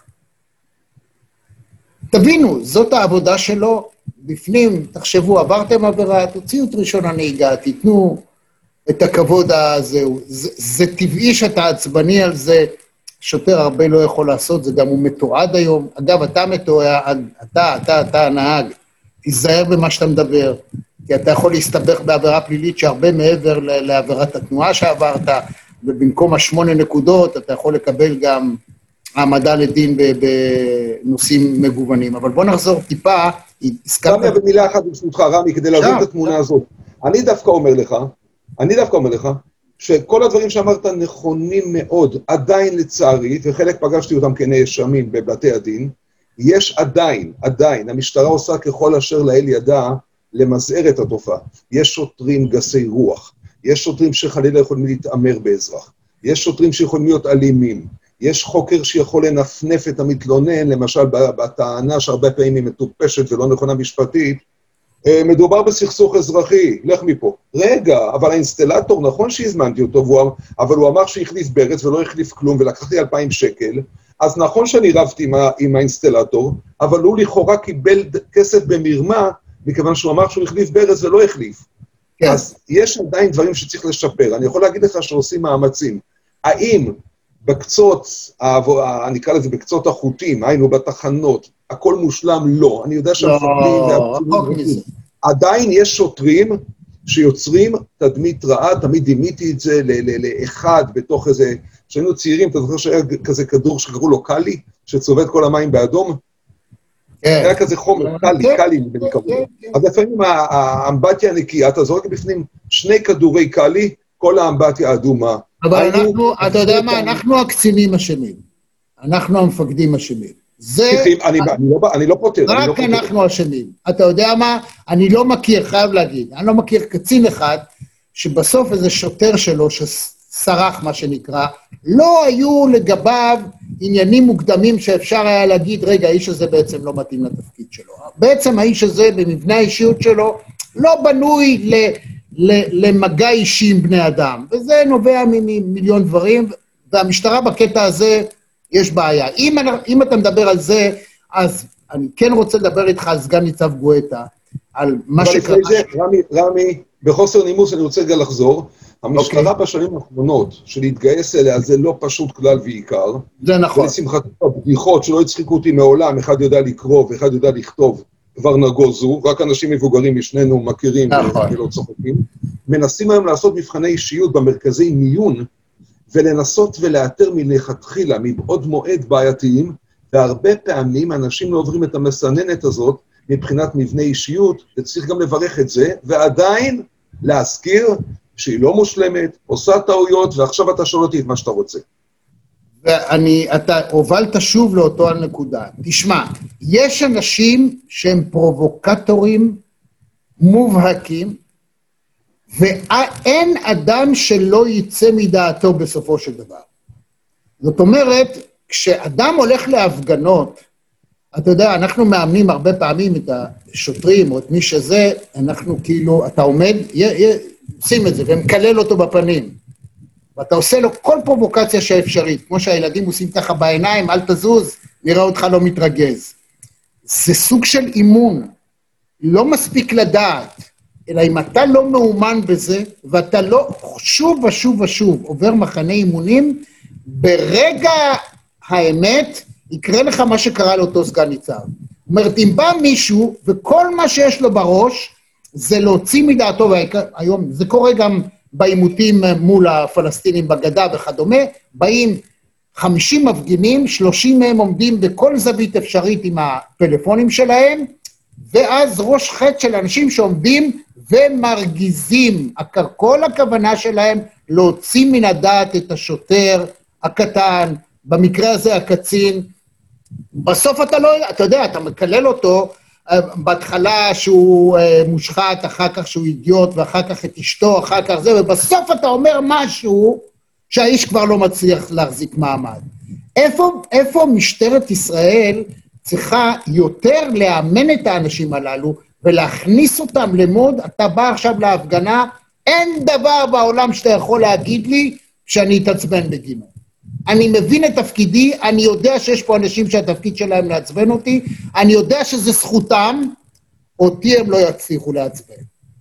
A: תבינו, זאת העבודה שלו, בפנים, תחשבו, עברתם עבירה, תוציאו את רישיון הנהיגה, תיתנו את הכבוד הזה, זה טבעי שאתה עצבני על זה, שוטר הרבה לא יכול לעשות, זה גם הוא מתועד היום, אגב, אתה מתועד, אתה הנהג, תיזהר במה שאתה מדבר, כי אתה יכול להסתבך בעבירה פלילית שהרבה מעבר לעבירת התנועה שעברת, ובמקום 8 נקודות אתה יכול לקבל גם העמדה לדין בנושאים מגוונים. אבל בוא נחזור טיפה,
B: רמי, במילה אחת ברשותך, רמי, כדי להבין את התמונה הזאת. אני דווקא אומר לך, שכל הדברים שאמרת נכונים מאוד, עדיין לצערי, וחלק פגשתי אותם כנאשמים בבתי הדין, יש עדיין, המשטרה עושה ככל אשר לאל ידה למזער את התופעה. יש שוטרים גסי רוח, יש שוטרים שחלילה יכולים להתאמר באזרח, יש שוטרים שיכולים להיות אלימים, יש חוקר שיכול לנפנף את המתלונן, למשל בטענה שהרבה פעמים היא מטופשת ולא נכונה משפטית, מדובר בסכסוך אזרחי, לך מפה. רגע, אבל האינסטלטור, נכון שהזמנתי אותו, אבל הוא אמר שהחליף ברץ ולא החליף כלום, ולקחתי 2,000 שקל, אז נכון שאני רבתי עם האינסטלטור, אבל הוא לכאורה קיבל כסף במרמה, מכיוון שהוא אמר שהוא החליף ברץ ולא החליף. כן. אז יש עדיין דברים שצריך לשפר. אני יכול להגיד לך שעושים מאמצים. האם בקצות, אני אקרא לזה בקצות החוטים, היינו בתחנות, הכל מושלם? לא. אני יודע שהמפקדים, עדיין יש שוטרים שיוצרים תדמית רעה, תמיד דימיתי את זה לאחד בתוך איזה, כשהיינו צעירים, אתה זוכר שהיה כזה כדור שקראו לו קלי, שצובד כל המים באדום? היה כזה חומר, קלי, אז לפעמים האמבטיה הנקייה, אתה זורק בפנים 2 כדורי קלי, כל האמבטיה האדומה.
A: אבל אנחנו, אתה יודע מה, אנחנו הקצינים אשמים, אנחנו המפקדים אשמים.
B: אני לא פותר.
A: רק אנחנו אשמים. אתה יודע מה, אני לא מכיר, חייב להגיד, אני לא מכיר קצין אחד, שבסוף איזה שוטר שלו, שסרח מה שנקרא, לא היו לגביו עניינים מוקדמים שאפשר היה להגיד, רגע, האיש הזה בעצם לא מתאים לתפקיד שלו. בעצם האיש הזה, במבנה האישיות שלו, לא בנוי למגע אישי עם בני אדם, וזה נובע ממיליון דברים, והמשטרה בקטע הזה יש בעיה. אם אתה מדבר על זה, אז אני כן רוצה לדבר איתך על סגן ניצב גואטה, על מה שקרה...
B: רמי, בחוסר נימוס אני רוצה רגע לחזור, המשטרה בשנים האחרונות, שלהתגייס אליה זה לא פשוט כלל ועיקר,
A: זה נכון.
B: ולשמחתי הבדיחות שלא הצחיקו אותי מעולם, אחד יודע לקרוא ואחד יודע לכתוב, כבר נגוזו, רק אנשים מבוגרים משנינו מכירים ולא צוחקים, מנסים היום לעשות מבחני אישיות במרכזי מיון, ולנסות ולאתר מלכתחילה, מבעוד מועד בעייתיים, והרבה פעמים אנשים לא עוברים את המסננת הזאת, מבחינת מבנה אישיות, וצריך גם לברך את זה, ועדיין להזכיר שהיא לא מושלמת, עושה טעויות, ועכשיו אתה שואל אותי את מה שאתה רוצה.
A: אתה הובלת שוב לאותו הנקודה. תשמע, יש אנשים שהם פרובוקטורים מובהקים, ואין אדם שלא יצא מדעתו בסופו של דבר. זאת אומרת, כשאדם הולך להפגנות, אתה יודע, אנחנו מאמנים הרבה פעמים את השוטרים או את מי שזה, אנחנו כאילו, אתה עומד, שים את זה, ומקלל אותו בפנים. ואתה עושה לו כל פרובוקציה שאפשרית, כמו שהילדים עושים ככה בעיניים, אל תזוז, נראה אותך לא מתרגז. זה סוג של אימון, לא מספיק לדעת, אלא אם אתה לא מאומן בזה, ואתה לא שוב ושוב ושוב עובר מחנה אימונים, ברגע האמת יקרה לך מה שקרה לאותו סגן ניצב. זאת אומרת, אם בא מישהו, וכל מה שיש לו בראש, זה להוציא מדעתו, והיום זה קורה גם בעימותים מול הפלסטינים בגדה וכדומה, באים 50 מפגינים, 30 מהם עומדים בכל זווית אפשרית עם הפלאפונים שלהם, ואז ראש חץ של אנשים שעומדים ומרגיזים. כל הכוונה שלהם להוציא מן הדעת את השוטר הקטן, במקרה הזה הקצין. בסוף אתה לא, אתה יודע, אתה מקלל אותו, בהתחלה שהוא מושחת, אחר כך שהוא אידיוט, ואחר כך את אשתו, אחר כך זה, ובסוף אתה אומר משהו שהאיש כבר לא מצליח להחזיק מעמד. איפה משטרת ישראל צריכה יותר לאמן את האנשים הללו, ולהכניס אותם למוד, אתה בא עכשיו להפגנה, אין דבר בעולם שאתה יכול להגיד לי שאני אתעצבן בגינו. אני מבין את תפקידי, אני יודע שיש פה אנשים שהתפקיד שלהם לעצבן אותי, אני יודע שזה זכותם, אותי הם לא יצליחו לעצבן.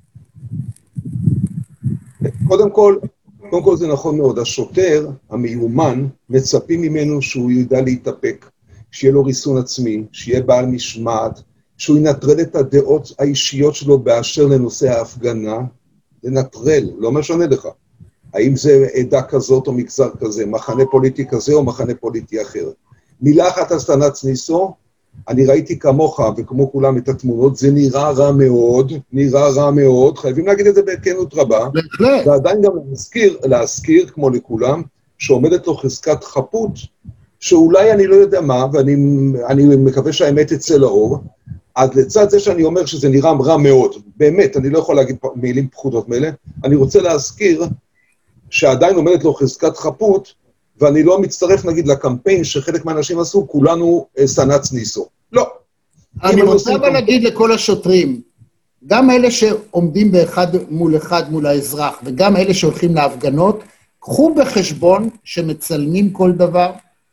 B: קודם כל זה נכון מאוד, השוטר המיומן מצפים ממנו שהוא ידע להתאפק, שיהיה לו ריסון עצמי, שיהיה בעל משמעת, שהוא ינטרל את הדעות האישיות שלו באשר לנושא ההפגנה, לנטרל, לא משנה לך. האם זה עדה כזאת או מגזר כזה, מחנה פוליטי כזה או מחנה פוליטי אחר. מילה אחת על סטנץ ניסו, אני ראיתי כמוך וכמו כולם את התמונות, זה נראה רע מאוד, חייבים להגיד את זה בכנות רבה, ועדיין גם להזכיר כמו לכולם, שעומדת לו חזקת חפות, שאולי אני לא יודע מה, ואני מקווה שהאמת תצא לאור, אז לצד זה שאני אומר שזה נראה רע מאוד, באמת, אני לא יכול להגיד מילים פחותות מאלה, אני רוצה להזכיר שעדיין עומדת לו חזקת חפות, ואני לא מצטרף נגיד לקמפיין שחלק מהאנשים עשו, כולנו סטנץ ניסו. לא.
A: אני רוצה אבל להגיד לכל השוטרים, גם אלה שעומדים באחד מול האזרח, וגם אלה שהולכים להפגנות, קחו בחשבון שמצלמים כל דבר,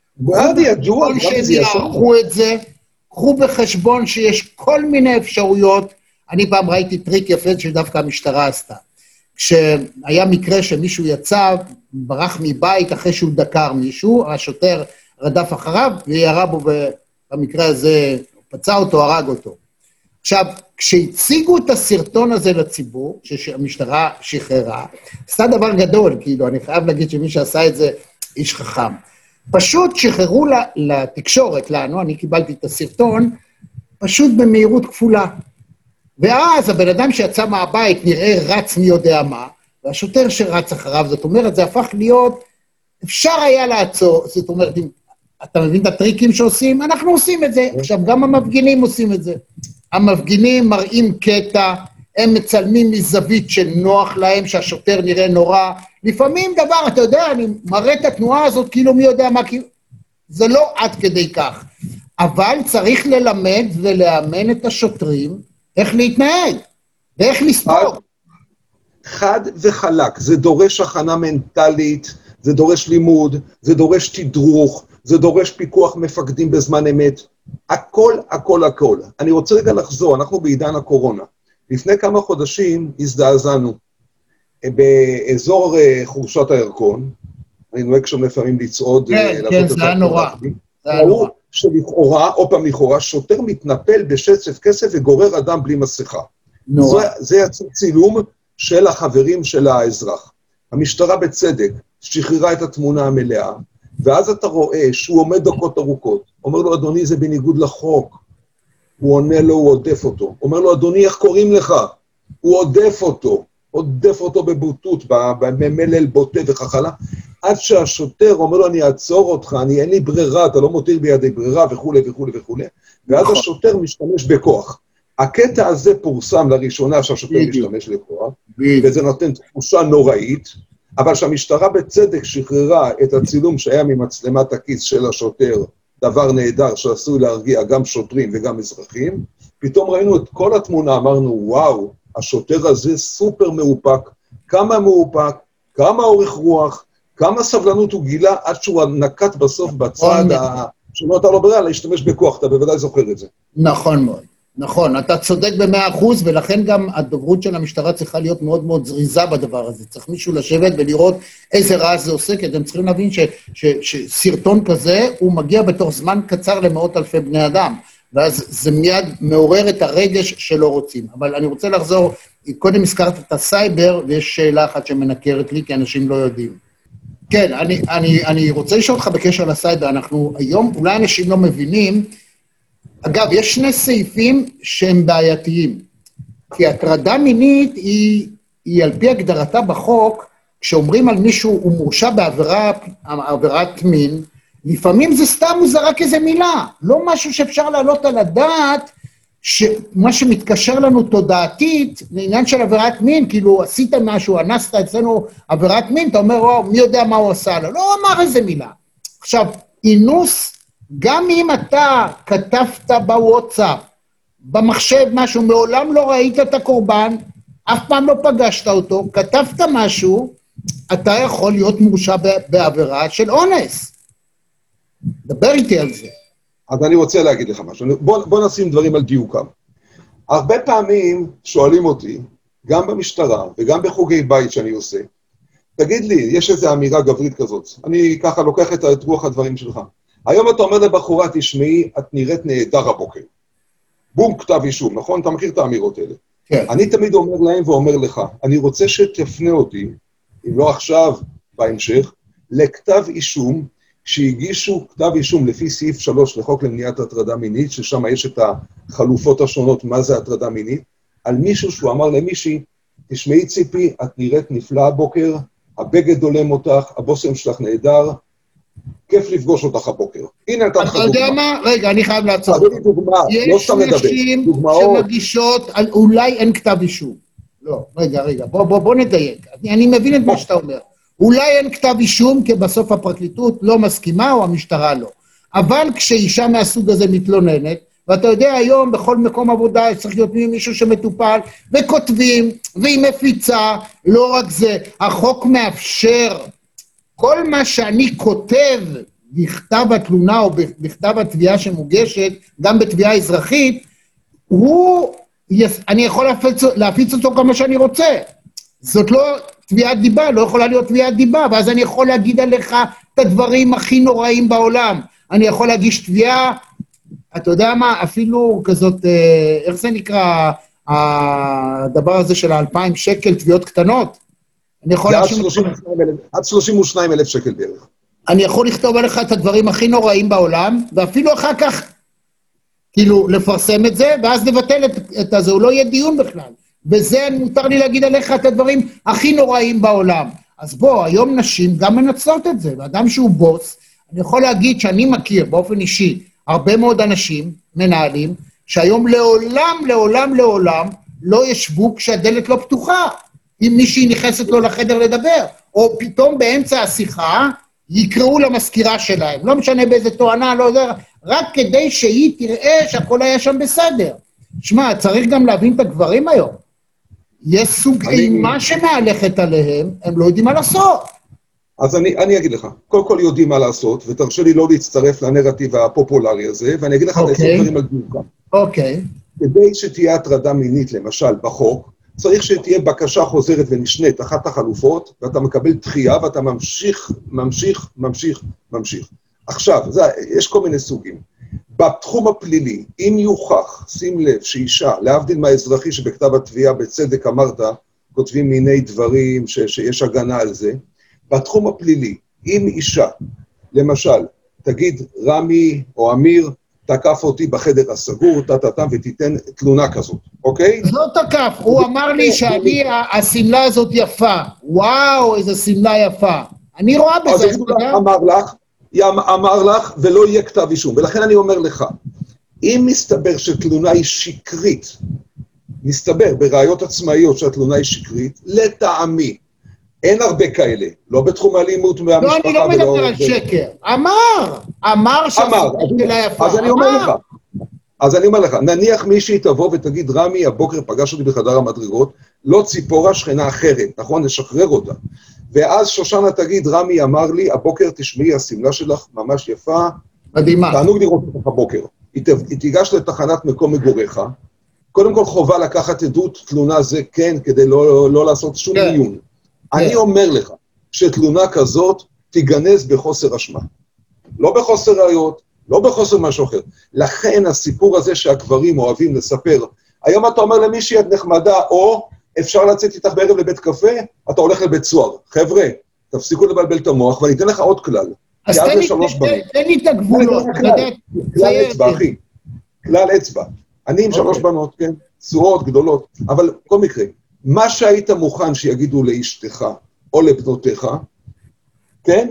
A: שיערכו את זה, קחו בחשבון שיש כל מיני אפשרויות, אני פעם ראיתי טריק יפה שדווקא המשטרה עשתה, כשהיה מקרה שמישהו יצא, ברח מבית אחרי שהוא דקר מישהו, השוטר רדף אחריו וירה בו, במקרה הזה פצע אותו, הרג אותו. עכשיו, כשהציגו את הסרטון הזה לציבור, שהמשטרה שחררה, עשה דבר גדול, כאילו, אני חייב להגיד שמי שעשה את זה איש חכם. פשוט שחררו לתקשורת לנו, אני קיבלתי את הסרטון, פשוט במהירות כפולה. ואז הבן אדם שיצא מהבית נראה רץ מי יודע מה, והשוטר שרץ אחריו, זאת אומרת, זה הפך להיות, אפשר היה לעצור, זאת אומרת, אם אתה מבין את הטריקים שעושים? אנחנו עושים את זה. עכשיו, גם המפגינים עושים את זה. המפגינים מראים קטע, הם מצלמים מזווית שנוח להם, שהשוטר נראה נורא. לפעמים דבר, אתה יודע, אני מראה את התנועה הזאת, כאילו מי יודע מה, כאילו, זה לא עד כדי כך. אבל צריך ללמד ולאמן את השוטרים איך להתנהג, ואיך לספור.
B: חד וחלק, זה דורש הכנה מנטלית, זה דורש לימוד, זה דורש תדרוך, זה דורש פיקוח מפקדים בזמן אמת, הכל. אני רוצה רגע לחזור, אנחנו בעידן הקורונה. לפני כמה חודשים הזדעזענו באזור חורשת הירקון, אני נוהג שם לפעמים לצעוד.
A: כן, זה היה נורא.
B: ראו שלכאורה, או פעם לכאורה, שוטר מתנפל בשצף כסף וגורר אדם בלי מסכה. זה יצא צילום של החברים של האזרח. המשטרה בצדק שחררה את התמונה המלאה, ואז אתה רואה שהוא עומד דקות ארוכות, אומר לו, אדוני, זה בניגוד לחוק. הוא עונה לו, הוא עודף אותו. אומר לו, אדוני, איך קוראים לך? הוא עודף אותו בבוטות, במלל בוטה וכך, עד שהשוטר אומר לו, אני אעצור אותך, אין לי ברירה, אתה לא מותיר בידי ברירה וכו'. ואז השוטר משתמש בכוח. הקטע הזה פורסם לראשונה שהשוטר משתמש בכוח, וזה נותן תחושה נוראית, אבל שהמשטרה בצדק שחררה את הצילום שהיה ממצלמת הכיס של השוטר, דבר נהדר שעשוי להרגיע גם שוטרים וגם אזרחים, פתאום ראינו את כל התמונה, אמרנו, וואו, השוטר הזה סופר מאופק, כמה אורך רוח, כמה סבלנות הוא גילה, עד שהוא נקט בסוף בצד שלא אתה לא ברירה, להשתמש בכוח, אתה בוודאי זוכר את זה.
A: נכון מאוד. נכון, אתה צודק ב100%, ולכן גם הדוברות של המשטרה צריכה להיות מאוד מאוד זריזה בדבר הזה. צריך מישהו לשבת ולראות איזה רעש זה עושה, כי אתם צריכים להבין שסרטון כזה, הוא מגיע בתוך זמן קצר למאות אלפי בני אדם, ואז זה מיד מעורר את הרגש שלא רוצים. אבל אני רוצה לחזור, קודם הזכרת את הסייבר, ויש שאלה אחת שמנקרת לי, כי אנשים לא יודעים. כן, אני רוצה לשאול אותך בקשר לסייבר, אנחנו היום, אולי אנשים לא מבינים, אגב, יש שני סעיפים שהם בעייתיים, כי הטרדה מינית היא על פי הגדרתה בחוק, כשאומרים על מישהו הוא מורשע בעבירת מין, לפעמים זה סתם הוא זרק איזה מילה, לא משהו שאפשר להעלות על הדעת, מה שמתקשר לנו תודעתית, לעניין של עבירת מין, כאילו עשית משהו, אנסת אצלנו עבירת מין, אתה אומר, מי יודע מה הוא עשה לו, לא אמר איזה מילה. עכשיו, אינוס, גם אם אתה כתבת בוואטסאפ, במחשב משהו, מעולם לא ראית את הקורבן, אף פעם לא פגשת אותו, כתבת משהו, אתה יכול להיות מורשע בעבירה של אונס. דבר איתי על זה.
B: אז אני רוצה להגיד לך משהו. בוא נשים דברים על דיוקם. הרבה פעמים שואלים אותי, גם במשטרה וגם בחוגי בית שאני עושה, תגיד לי, יש איזו אמירה גברית כזאת, אני ככה לוקח את רוח הדברים שלך. היום אתה אומר לבחורה, תשמעי, את נראית נהדר הבוקר. בום, כתב אישום, נכון? אתה מכיר את האמירות האלה.
A: כן.
B: אני תמיד אומר להם ואומר לך, אני רוצה שתפנה אותי, אם לא עכשיו, בהמשך, לכתב אישום, שהגישו כתב אישום לפי סעיף 3 לחוק למניעת הטרדה מינית, ששם יש את החלופות השונות, מה זה הטרדה מינית, על מישהו שהוא אמר למישהי, תשמעי ציפי, את נראית נפלאה הבוקר, הבגד הולם אותך, הבושם שלך נהדר, כיף לפגוש אותך הבוקר. הנה נתן לך דוגמה.
A: אתה יודע מה? רגע, אני חייב לעצור.
B: יש
A: נשים שמגישות, אולי אין כתב אישום. לא, רגע, בוא נדייק. אני מבין את מה שאתה אומר. אולי אין כתב אישום, כי בסוף הפרקליטות לא מסכימה, או המשטרה לא. אבל כשאישה מהסוג הזה מתלוננת, ואתה יודע היום בכל מקום עבודה צריך להיות מישהו שמטופל, וכותבים, והיא מפיצה, לא רק זה, החוק מאפשר, כל מה שאני כותב בכתב התלונה או בכתב התביעה שמוגשת, גם בתביעה אזרחית, אני יכול להפיץ אותו כמה שאני רוצה. זאת לא תביעת דיבה, לא יכולה להיות תביעת דיבה, ואז אני יכול להגיד עליך את הדברים הכי נוראים בעולם. אני יכול להגיש תביעה, אתה יודע מה, אפילו כזאת, איך זה נקרא, הדבר הזה של 2,000 שקל, תביעות קטנות? אני יכול
B: עד 32,000 שקל בערך.
A: אני יכול לכתוב עליך את הדברים הכי נוראים בעולם, ואפילו אחר כך, כאילו, לפרסם את זה, ואז לבטל את זה, הוא לא יהיה דיון בכלל. וזה מותר לי להגיד עליך את הדברים הכי נוראים בעולם. אז בוא, היום נשים גם מנצלות את זה, ואדם שהוא בוס, אני יכול להגיד שאני מכיר באופן אישי, הרבה מאוד אנשים, מנהלים, שהיום לעולם לא ישבו כשהדלת לא פתוחה, אם מישהי נכנסת לו לחדר לדבר, או פתאום באמצע השיחה, יקראו למזכירה שלהם, לא משנה באיזה תואנה, לא יודע, רק כדי שהיא תראה שהכל היה שם בסדר. שמע, צריך גם להבין את הגברים היום. יש סוג אימה שמהלכת עליהם, הם לא יודעים מה לעשות.
B: אז אני אגיד לך, קודם כל יודעים מה לעשות, ותרשה לי לא להצטרף לנרטיב הפופולרי הזה, ואני אגיד לך את הדברים על דיוקם.
A: אוקיי.
B: כדי שתהיה הטרדה מינית, למשל, בחוק, צריך שתהיה בקשה חוזרת ונשנית, אחת החלופות, ואתה מקבל דחייה, ואתה ממשיך. עכשיו, יש כל מיני סוגים. בתחום הפלילי, אם יוכח, שים לב, שאישה, להבדיל מהאזרחי שבכתב התביעה בצדק אמרת, כותבים מיני דברים שיש הגנה על זה, בתחום הפלילי, אם אישה, למשל, תגיד רמי או אמיר, תקף אותי בחדר הסגור, ותיתן תלונה כזאת, אוקיי?
A: לא תקף, הוא אמר לי שאני, הסמלה הזאת יפה. וואו, איזו סמלה יפה. אני רואה בזה.
B: אז אמר לך, ולא יהיה כתב אישום. ולכן אני אומר לך, אם מסתבר שתלונה היא שקרית, מסתבר בראיות עצמאיות שהתלונה היא שקרית, לטעמי, אין הרבה כאלה, לא בתחום האלימות מהמשפחה.
A: לא, אני לא מדבר על שקר. אמר שהסמלה יפה.
B: אז אני אומר לך, נניח מישהי תבוא ותגיד, רמי, הבוקר פגש אותי בחדר המדרגות, לא ציפורה שכנה אחרת, נכון? נשחרר אותה. ואז שושנה תגיד, רמי אמר לי, הבוקר תשמעי, הסמלה שלך ממש יפה.
A: מדהימה.
B: תענוג לראות אותך הבוקר. היא תיגש לתחנת מקום מגוריך, קודם כל חובה לקחת עדות תלונה זה כן, כדי לא לעשות שום עיון. אני אומר לך, שתלונה כזאת תיגנז בחוסר אשמה. לא בחוסר ראיות, לא בחוסר משהו אחר. לכן הסיפור הזה שהגברים אוהבים לספר, היום אתה אומר למישהי את נחמדה, או אפשר לצאת איתך בערב לבית קפה, אתה הולך לבית סוהר. חבר'ה, תפסיקו לבלבל את המוח, ואני אתן לך עוד כלל.
A: אז תן לי את הגבולות.
B: כלל אצבע, אחי. כלל אצבע. אני עם 3 בנות, כן? צורות גדולות. אבל כל מקרה, מה שהיית מוכן שיגידו לאשתך או לבנותיך, כן?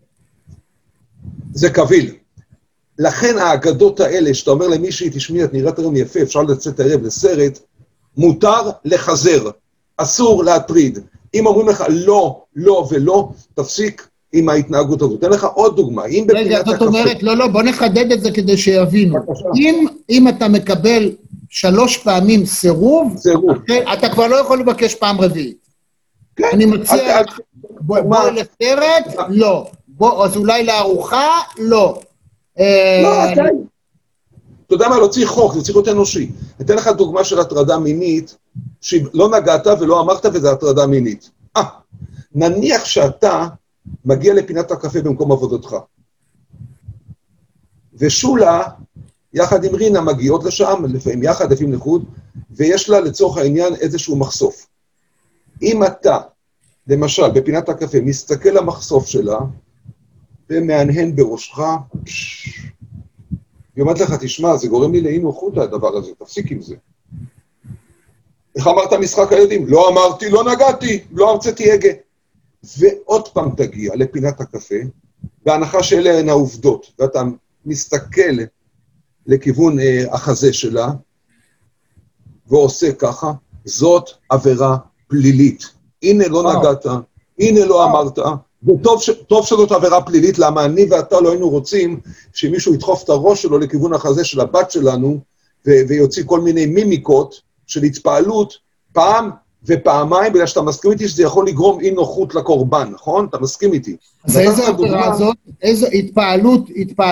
B: זה קביל. לכן האגדות האלה, שאתה אומר למישהי, תשמעי, את נראית היום יפה, אפשר לצאת הערב לסרט, מותר לחזר, אסור להטריד. אם אומרים לך לא, לא ולא, תפסיק עם ההתנהגות הזאת. אתן לך עוד דוגמה.
A: רגע, זאת אומרת, לא, בוא נחדד את זה כדי שיבינו. אם אתה מקבל 3 פעמים סירוב, אתה כבר לא יכול לבקש פעם רביעית. אני מציע, בוא לסרט, לא. אז אולי לארוחה, לא.
B: לא, אתה יודע מה, לא צריך חוק, זה צריך להיות אנושי. אתן לך דוגמה של הטרדה מינית, שלא נגעת ולא אמרת וזה הטרדה מינית. נניח שאתה מגיע לפינת הקפה במקום עבודתך, ושולה, יחד עם רינה, מגיעות לשם, לפעמים יחד, לפעמים לחוד, ויש לה לצורך העניין איזשהו מחשוף. אם אתה, למשל, בפינת הקפה, מסתכל למחשוף שלה, ומענהן בראשך, היא אומרת לך, תשמע, זה גורם לי לאי נוחות הדבר הזה, תפסיק עם זה. איך אמרת משחק הילדים? לא אמרתי, לא נגעתי, לא הרציתי הגה. ועוד פעם תגיע לפינת הקפה, בהנחה שאלה הן העובדות, ואתה מסתכל לכיוון החזה שלה, ועושה ככה, זאת עבירה פלילית. הנה לא נגעת, הנה לא אמרת, וטוב שזאת עבירה פלילית, למה אני ואתה לא היינו רוצים שמישהו ידחוף את הראש שלו לכיוון החזה של הבת שלנו, ויוציא כל מיני מימיקות של התפעלות, פעם ופעמיים, בגלל שאתה מסכים איתי שזה יכול לגרום אי נוחות לקורבן, נכון? אתה מסכים איתי.
A: אז איזה עבירה הזאת? איזה התפעלות?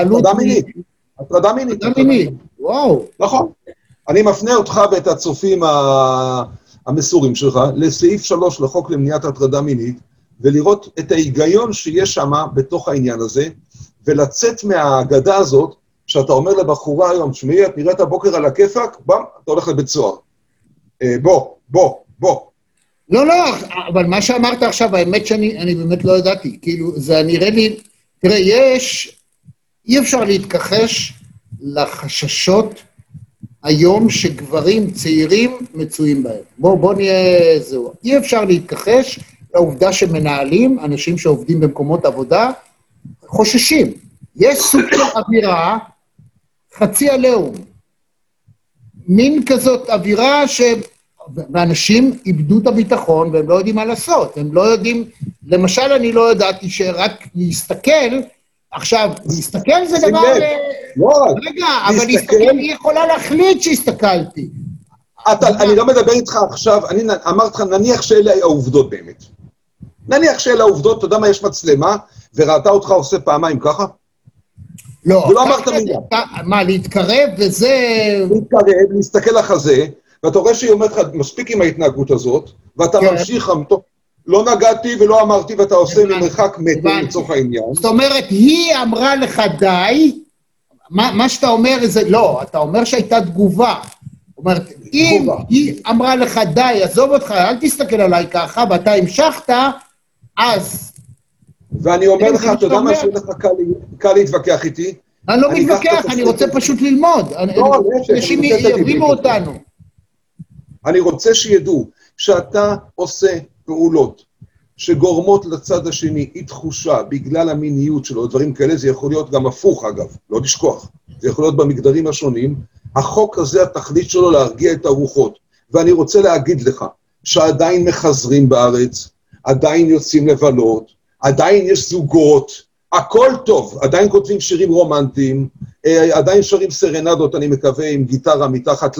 B: הטרדה מינית.
A: וואו.
B: נכון. אני מפנה אותך ואת הצופים המסורים שלך לסעיף 3 לחוק למניעת הטרדה מינית, ולראות את ההיגיון שיש שם בתוך העניין הזה, ולצאת מהאגדה הזאת, שאתה אומר לבחורה היום, שמעי, את נראית הבוקר על הכיפק, בם, אתה הולך לבית סוהר. בוא.
A: לא, אבל מה שאמרת עכשיו, האמת שאני באמת לא ידעתי, כאילו, זה נראה לי, תראה, אי אפשר להתכחש לחששות היום שגברים צעירים מצויים בהם. בוא נהיה זהו. אי אפשר להתכחש לעובדה שמנהלים, אנשים שעובדים במקומות עבודה, חוששים. יש סוג של אווירה, חצי עליהום. מין כזאת אווירה ואנשים איבדו את הביטחון והם לא יודעים מה לעשות. הם לא יודעים, למשל אני לא ידעתי שרק להסתכל, עכשיו, להסתכל זה דבר... רגע, אבל היא יכולה להחליט שהסתכלתי.
B: אני לא מדבר איתך עכשיו, אני אמרתי לך, נניח שאלה העובדות באמת. נניח שאלה העובדות, אתה יודע מה, יש מצלמה, וראתה אותך עושה פעמיים ככה?
A: לא.
B: ולא אמרת מילה.
A: מה, להתקרב וזה...
B: להתקרב, להסתכל לחזה, ואתה רואה שהיא אומרת לך, מספיק עם ההתנהגות הזאת, ואתה ממשיך, לא נגעתי ולא אמרתי, ואתה עושה ממרחק מטר לצורך העניין.
A: זאת אומרת, היא אמרה לך די, מה שאתה אומר זה, לא, אתה אומר שהייתה תגובה. זאת אומרת, אם היא אמרה לך די, עזוב אותך, אל תסתכל עליי ככה, ואתה המשכת, אז...
B: ואני אומר לך, אתה יודע מה שיהיה לך קל להתווכח איתי?
A: אני לא מתווכח, אני רוצה פשוט ללמוד. אנשים יבינו אותנו.
B: אני רוצה שידעו שאתה עושה פעולות שגורמות לצד השני אי תחושה בגלל המיניות שלו, דברים כאלה, זה יכול להיות גם הפוך אגב, לא לשכוח, זה יכול להיות במגדרים השונים, החוק הזה התכלית שלו להרגיע את הרוחות, ואני רוצה להגיד לך שעדיין מחזרים בארץ, עדיין יוצאים לבלות, עדיין יש זוגות, הכל טוב, עדיין כותבים שירים רומנטיים, עדיין שרים סרנדות, אני מקווה, עם גיטרה מתחת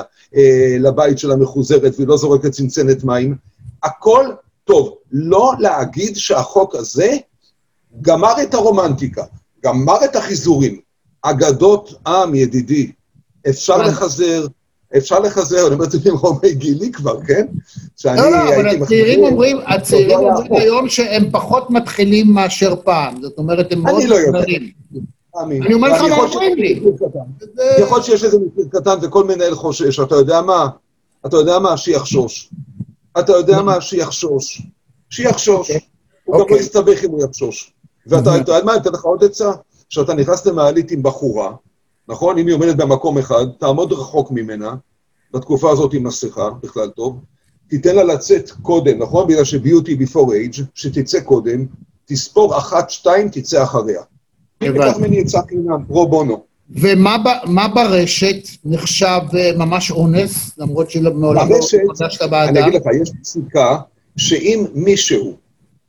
B: לבית של המחוזרת, והיא לא זורקת צנצנת מים, הכל טוב, לא להגיד שהחוק הזה גמר את הרומנטיקה, גמר את החיזורים, אגדות עם ידידי, אפשר לחזר, אני אומר את זה ממרומי גילי כבר, כן?
A: לא, אבל הצעירים אומרים היום שהם פחות מתחילים מאשר פעם, זאת אומרת, הם מאוד מתחילים. אני אומר לך מה אומרים לי.
B: יכול שיש איזה מחיר קטן וכל מנהל חושש, אתה יודע מה? אתה יודע מה? שיחשוש. אתה יודע מה? שיחשוש. שיחשוש. הוא גם לא יסתבך אם הוא יחשוש. ואתה יודע מה? אני אתן לך עוד עצה, שאתה נכנס למעלית עם בחורה, נכון? אם היא עומדת במקום אחד, תעמוד רחוק ממנה, בתקופה הזאת עם מסכה, בכלל טוב, תיתן לה לצאת קודם, נכון? בגלל שביוטי before age, שתצא קודם, תספור 1, 2, תצא אחריה. וכך מני יצא חינם, פרו בונו.
A: ומה ברשת נחשב ממש אונס, למרות שמעולם לא חדשת באדם?
B: אני אגיד לך, יש פסיקה שאם מישהו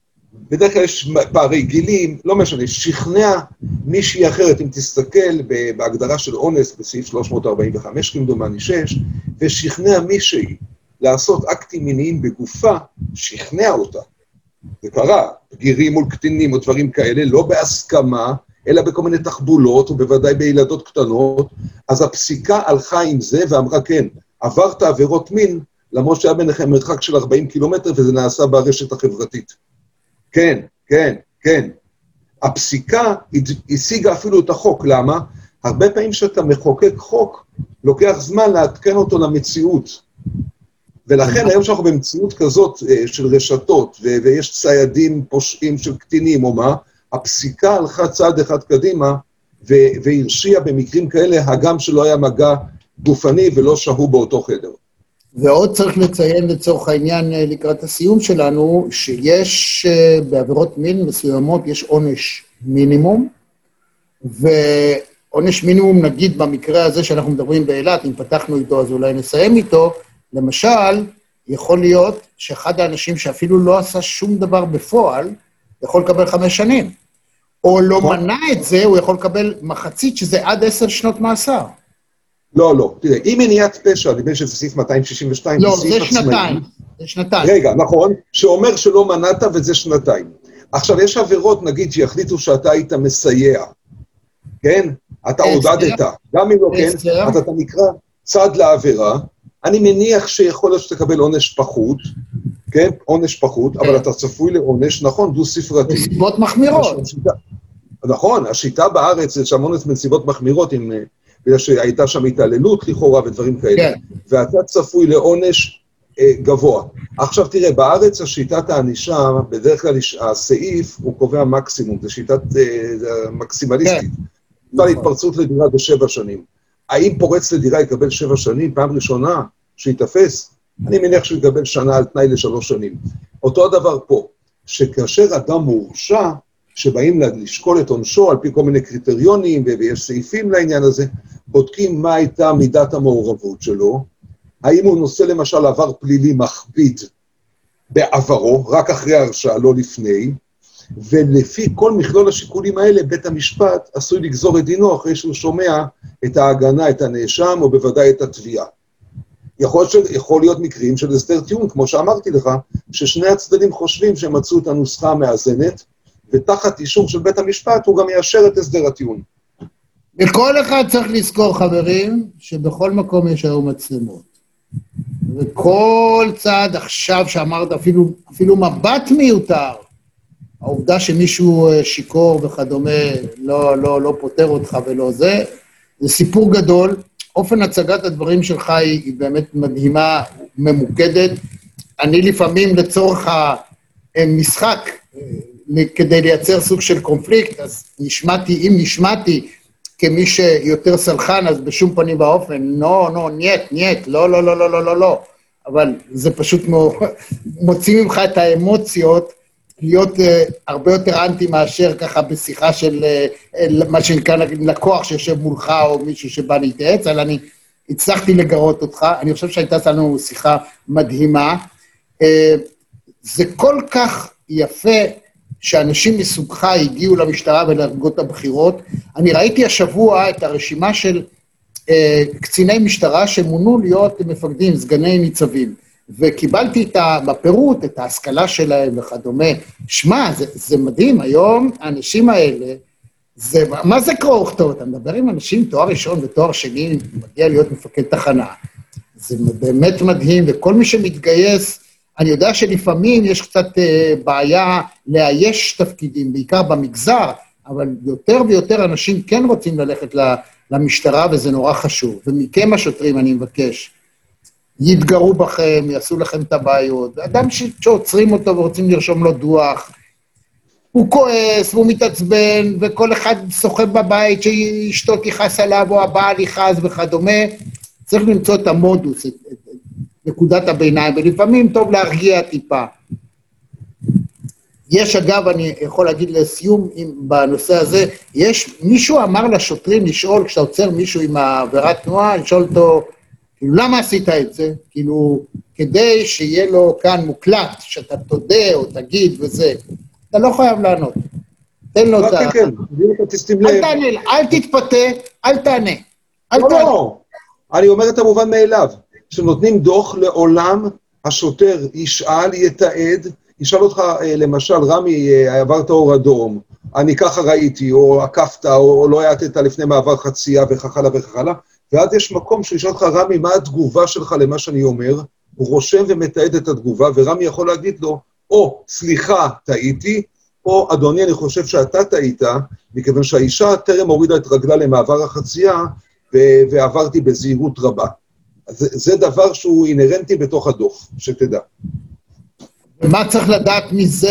B: בדרך כלל יש פערי גילים, לא משנה, שכנע מישהי אחרת, אם תסתכל בהגדרה של אונס, בסעיף 345, כמדומני 6, ושכנע מישהי לעשות אקטים מיניים בגופה, שכנע אותה. זה קרה, בגירים מול קטינים או דברים כאלה, לא בהסכמה, אלא בכל מיני תחבולות, ובוודאי בילדות קטנות, אז הפסיקה הלכה עם זה ואמרה, כן, עברת עבירות מין, למרות שהיה ביניכם מרחק של 40 קילומטר, וזה נעשה ברשת החברתית. כן, כן, כן. הפסיקה השיגה אפילו את החוק, למה? הרבה פעמים שאתה מחוקק חוק, לוקח זמן להתקן אותו למציאות. ולכן היום שאנחנו במציאות כזאת של רשתות, ויש ציידים פושעים של קטינים או מה, הפסיקה הלכה צעד אחד קדימה, והרשיעה במקרים כאלה, הגם שלא היה מגע גופני ולא שהו באותו חדר.
A: ועוד צריך לציין לצורך העניין לקראת הסיום שלנו, שיש בעבירות מין מסוימות, יש עונש מינימום, ועונש מינימום נגיד במקרה הזה שאנחנו מדברים באילת, אם פתחנו איתו אז אולי נסיים איתו, למשל, יכול להיות שאחד האנשים שאפילו לא עשה שום דבר בפועל, יכול לקבל 5 שנים. או לא מנע את זה, הוא יכול לקבל מחצית, שזה עד 10 שנות מאסר.
B: לא, לא. תראה, אם מניעת פשע, נדמה שזה סעיף 262,
A: לא, זה שנתיים. זה שנתיים.
B: רגע, נכון, שאומר שלא מנעת וזה שנתיים. עכשיו, יש עבירות, נגיד, שיחליטו שאתה היית מסייע. כן? אתה עודדת. גם אם לא כן, אתה נקרא צד לעבירה. אני מניח שיכול להיות שתקבל עונש פחות, כן? עונש פחות, אבל אתה צפוי לעונש, נכון, דו-ספרתי.
A: בנסיבות מחמירות.
B: נכון, השיטה בארץ זה שם עונש בנסיבות מחמירות, בגלל שהייתה שם התעללות, לכאורה ודברים כאלה. ואתה צפוי לעונש גבוה. עכשיו תראה, בארץ השיטת הענישה, בדרך כלל הסעיף הוא קובע מקסימום, זה שיטת מקסימליסטית. כבר התפרצות לדירה ב7 שנים. האם פורץ לדירה יקבל 7 שנים, פעם ראשונה שיתפס? אני מניח שהוא יקבל שנה על תנאי ל3 שנים. אותו הדבר פה, שכאשר אדם מורשע, שבאים לשקול את עונשו על פי כל מיני קריטריונים, ויש סעיפים לעניין הזה, בודקים מה הייתה מידת המעורבות שלו, האם הוא נושא למשל עבר פלילי מכביד בעברו, רק אחרי הרשעה, לא לפני, ולפי כל מכלול השיקולים האלה, בית המשפט עשוי לגזור את דינו אחרי שהוא שומע את ההגנה, את הנאשם, או בוודאי את התביעה. יכול להיות מקרים של הסדר טיעון, כמו שאמרתי לך, ששני הצדדים חושבים שהם מצאו את הנוסחה המאזנת, ותחת אישור של בית המשפט הוא גם יאשר את הסדר הטיעון.
A: וכל אחד צריך לזכור, חברים, שבכל מקום יש היום מצלמות. וכל צעד עכשיו שאמרת, אפילו מבט מיותר, העובדה שמישהו שיקור וכדומה לא פותר אותך ולא זה, זה סיפור גדול. אופן הצגת הדברים שלך היא באמת מדהימה, ממוקדת. אני לפעמים לצורך המשחק, כדי לייצר סוג של קונפליקט, אז אם נשמעתי כמי שיותר סלחן, אז בשום פנים באופן, נייט, לא. אבל זה פשוט מוציא ממך את האמוציות, להיות הרבה יותר אנטי מאשר ככה בשיחה של מה שנקרא לקוח שיושב מולך או מישהו שבא להתייעץ, אבל אני הצלחתי לגרות אותך, אני חושב שהייתה לנו שיחה מדהימה. זה כל כך יפה שאנשים מסוגך הגיעו למשטרה ולדרגות הבחירות. אני ראיתי השבוע את הרשימה של קציני משטרה שמונו להיות מפקדים, סגני ניצבים. וקיבלתי בפירוט את ההשכלה שלהם וכדומה. שמע, זה מדהים, היום האנשים האלה, מה זה קרוא וכתוב? אתה מדבר עם אנשים תואר ראשון ותואר שני, מגיע להיות מפקד תחנה. זה באמת מדהים, וכל מי שמתגייס, אני יודע שלפעמים יש קצת בעיה לאייש תפקידים, בעיקר במגזר, אבל יותר ויותר אנשים כן רוצים ללכת למשטרה, וזה נורא חשוב. ומכם השוטרים אני מבקש, יתגרו בכם, יעשו לכם את הבעיות. אדם שעוצרים אותו ורוצים לרשום לו דוח, הוא כועס והוא מתעצבן, וכל אחד סוחב בבית שאשתו תיחס עליו, או הבעל יכעס וכדומה. צריך למצוא את המודוס, את נקודת הביניים, ולפעמים טוב להרגיע טיפה. יש אגב, אני יכול להגיד לסיום בנושא הזה, מישהו אמר לשוטרים לשאול, כשאתה עוצר מישהו עם העבירת תנועה, לשאול אותו, כאילו, למה עשית את זה? כאילו, כדי שיהיה לו כאן מוקלט, שאתה תודה או תגיד וזה. אתה לא חייב לענות. תן לו את ה...
B: כן, תשים
A: אל
B: לב.
A: תענה, אל תתפתה, אל תענה.
B: לא, אני אומר את המובן מאליו, שנותנים דוח לעולם, השוטר ישאל, יתעד, ישאל אותך, למשל, רמי, עברת אור אדום, אני ככה ראיתי, או עקפת, או לא יעטת לפני מעבר חצייה, וכך הלאה וכך הלאה, ואז יש מקום שישאל אותך, רמי, מה התגובה שלך למה שאני אומר? הוא רושם ומתעד את התגובה, ורמי יכול להגיד לו, או, סליחה, טעיתי, או, אדוני, אני חושב שאתה טעית, מכיוון שהאישה טרם הורידה את רגלה למעבר החצייה, ועברתי בזהירות רבה. זה דבר שהוא אינרנטי בתוך הדוח, שתדע.
A: ומה צריך לדעת מזה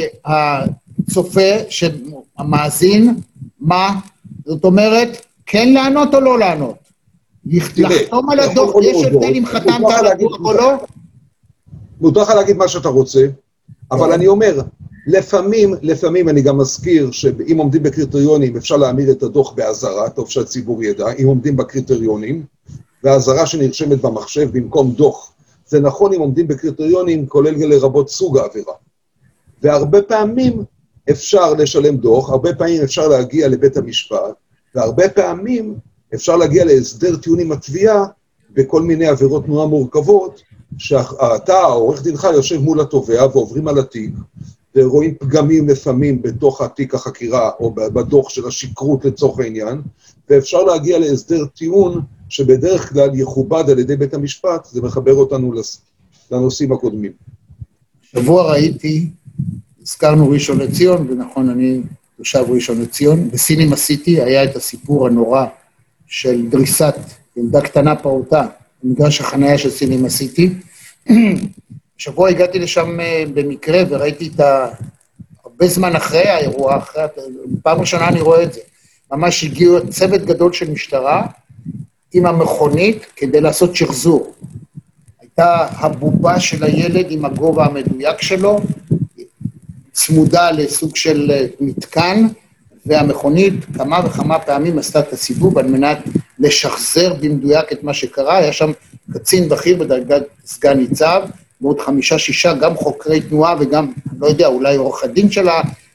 A: הצופה, המאזין, מה? זאת אומרת, כן לענות או לא לענות? לחתום על הדוח, יש הבדל אם חתמת על הדוח או לא?
B: מותר לך להגיד מה שאתה רוצה, אבל אני אומר, לפעמים אני גם מזכיר שאם עומדים בקריטריונים אפשר להעמיד את הדוח בהזרה, טוב שהציבור ידע, אם עומדים בקריטריונים, וההזרה שנרשמת במחשב במקום דוח, זה נכון אם עומדים בקריטריונים כולל לרבות סוג העבירה. והרבה פעמים אפשר לשלם דוח, הרבה פעמים אפשר להגיע לבית המשפט, והרבה פעמים אפשר להגיע להסדר טיעון עם התביעה בכל מיני עבירות תנועה מורכבות, שאתה, העורך דינך, יושב מול התובע ועוברים על התיק, ורואים פגמים לפעמים בתוך התיק החקירה, או בדוח של השקרות לצורך העניין, ואפשר להגיע להסדר טיעון שבדרך כלל יכובד על ידי בית המשפט, זה מחבר אותנו לנושאים הקודמים.
A: שבוע ראיתי, הזכרנו ראשון לציון, ונכון, אני תושב ראשון לציון, בסינימה סיטי היה את הסיפור הנורא של דריסת ילדה קטנה פעוטה, במגרש החנייה של סינימה סיטי. שבוע הגעתי לשם במקרה וראיתי הרבה זמן אחרי האירוע, פעם ראשונה אני רואה את זה. ממש הגיעו צוות גדול של משטרה עם המכונית כדי לעשות שחזור. הייתה הבובה של הילד עם הגובה המדויק שלו, צמודה לסוג של מתקן, והמכונית כמה וכמה פעמים עשתה את הסיבוב על מנת לשחזר במדויק את מה שקרה. היה שם קצין בכיר בדרגת סגן ניצב, ועוד 5-6 גם חוקרי תנועה וגם, לא יודע, אולי עורך הדין של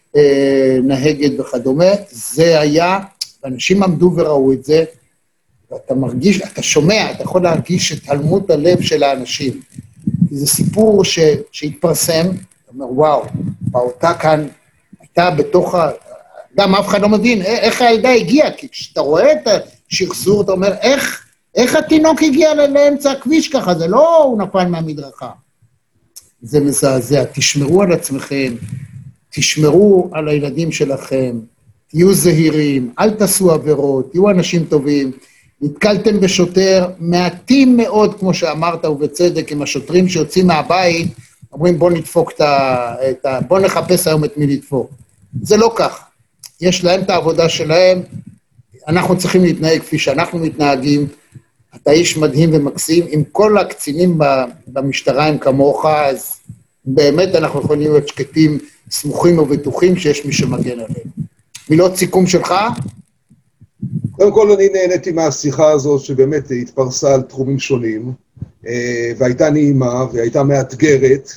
A: הנהגת וכדומה. זה היה, אנשים עמדו וראו את זה, ואתה מרגיש, אתה שומע, אתה יכול להרגיש את הלמות הלב של האנשים. זה סיפור שהתפרסם, אתה אומר, וואו, פעוטה כאן הייתה בתוך גם אף אחד לא מבין איך הילדה הגיעה, כי כשאתה רואה את השחזור, אתה אומר, איך התינוק הגיע לאמצע הכביש ככה? זה לא הוא נפל מהמדרכה. זה מזעזע. תשמרו על עצמכם, תשמרו על הילדים שלכם, תהיו זהירים, אל תעשו עבירות, תהיו אנשים טובים. נתקלתם בשוטר מעטים מאוד, כמו שאמרת, ובצדק, עם השוטרים שיוצאים מהבית, אומרים בוא נדפוק בוא נחפש היום את מי לדפוק. זה לא כך. יש להם את העבודה שלהם, אנחנו צריכים להתנהג כפי שאנחנו מתנהגים, אתה איש מדהים ומקסים, עם כל הקצינים במשטרה הם כמוך, אז באמת אנחנו יכולים להיות שקטים, סמוכים ובטוחים שיש מי שמגן עליהם. מילות סיכום שלך?
B: קודם כל אני נהניתי מהשיחה הזאת שבאמת התפרסה על תחומים שונים, והייתה נעימה והייתה מאתגרת.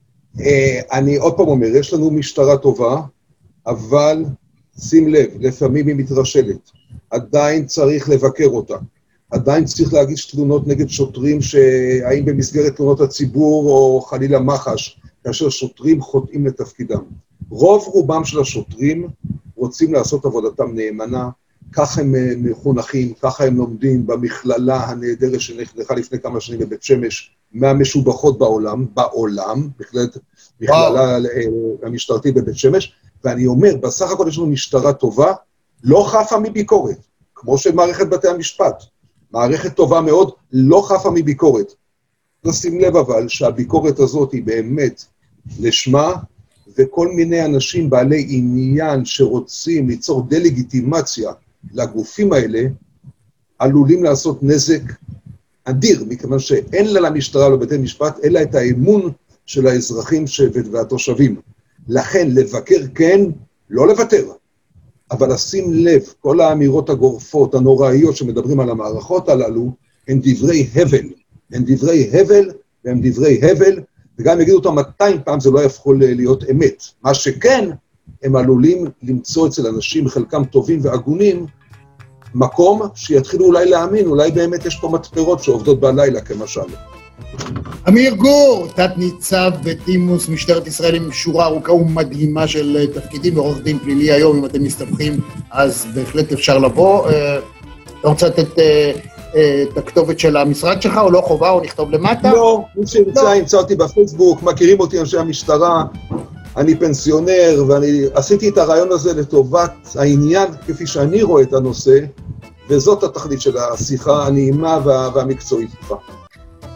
B: אני עוד פעם אומר, יש לנו משטרה טובה, אבל שים לב, לפעמים היא מתרשלת. עדיין צריך לבקר אותה. עדיין צריך להגיש תלונות נגד שוטרים שהאם במסגרת תלונות הציבור או חלילה מח"ש, כאשר שוטרים חוטאים לתפקידם. רוב רובם של השוטרים רוצים לעשות עבודתם נאמנה, כך הם מחונכים, ככה הם לומדים במכללה הנהדרת שנחנכה לפני כמה שנים בבית שמש, מהמשובחות בעולם, מכללה המשטרתית בבית שמש, ואני אומר, בסך הכל יש לנו משטרה טובה, לא חפה מביקורת, כמו שמערכת בתי המשפט. מערכת טובה מאוד, לא חפה מביקורת. נשים לב אבל שהביקורת הזאת היא באמת לשמה, וכל מיני אנשים בעלי עניין שרוצים ליצור דלגיטימציה לגופים האלה, עלולים לעשות נזק אדיר, מכיוון שאין לה למשטרה לבתי משפט, אלא את האמון של האזרחים והתושבים. לכן לבקר כן, לא לוותר, אבל לשים לב, כל האמירות הגורפות, הנוראיות שמדברים על המערכות הללו, הן דברי הבל. הן דברי הבל, והן דברי הבל, וגם אם יגידו אותם 200 פעם, זה לא יכול להיות אמת. מה שכן, הם עלולים למצוא אצל אנשים, חלקם טובים והגונים, מקום שיתחילו אולי להאמין, אולי באמת יש פה מתפרות שעובדות בלילה כמשל.
A: אמיר גור, תת ניצב בדימוס משטרת ישראל עם שורה ארוכה ומדהימה של תפקידים, ועורך דין פלילי היום, אם אתם מסתבכים, אז בהחלט אפשר לבוא. אתה רוצה לתת את הכתובת של המשרד שלך, או לא חובה, או נכתוב למטה?
B: לא, מי שימצא, ימצא אותי בפייסבוק, מכירים אותי אנשי המשטרה, אני פנסיונר, ואני עשיתי את הרעיון הזה לטובת העניין, כפי שאני רואה את הנושא, וזאת התכלית של השיחה הנעימה והמקצועית.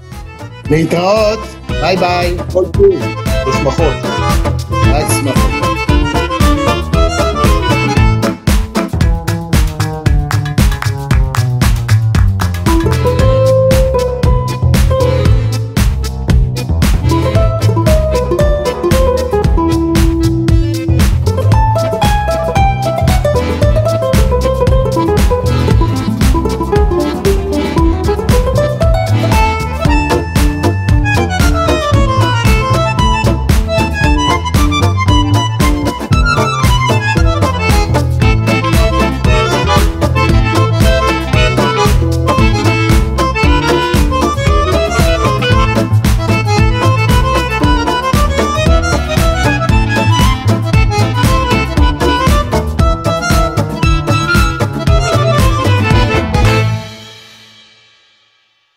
A: להתראות, ביי ביי.
B: כל טוב, בשמחות.
A: בשמחות.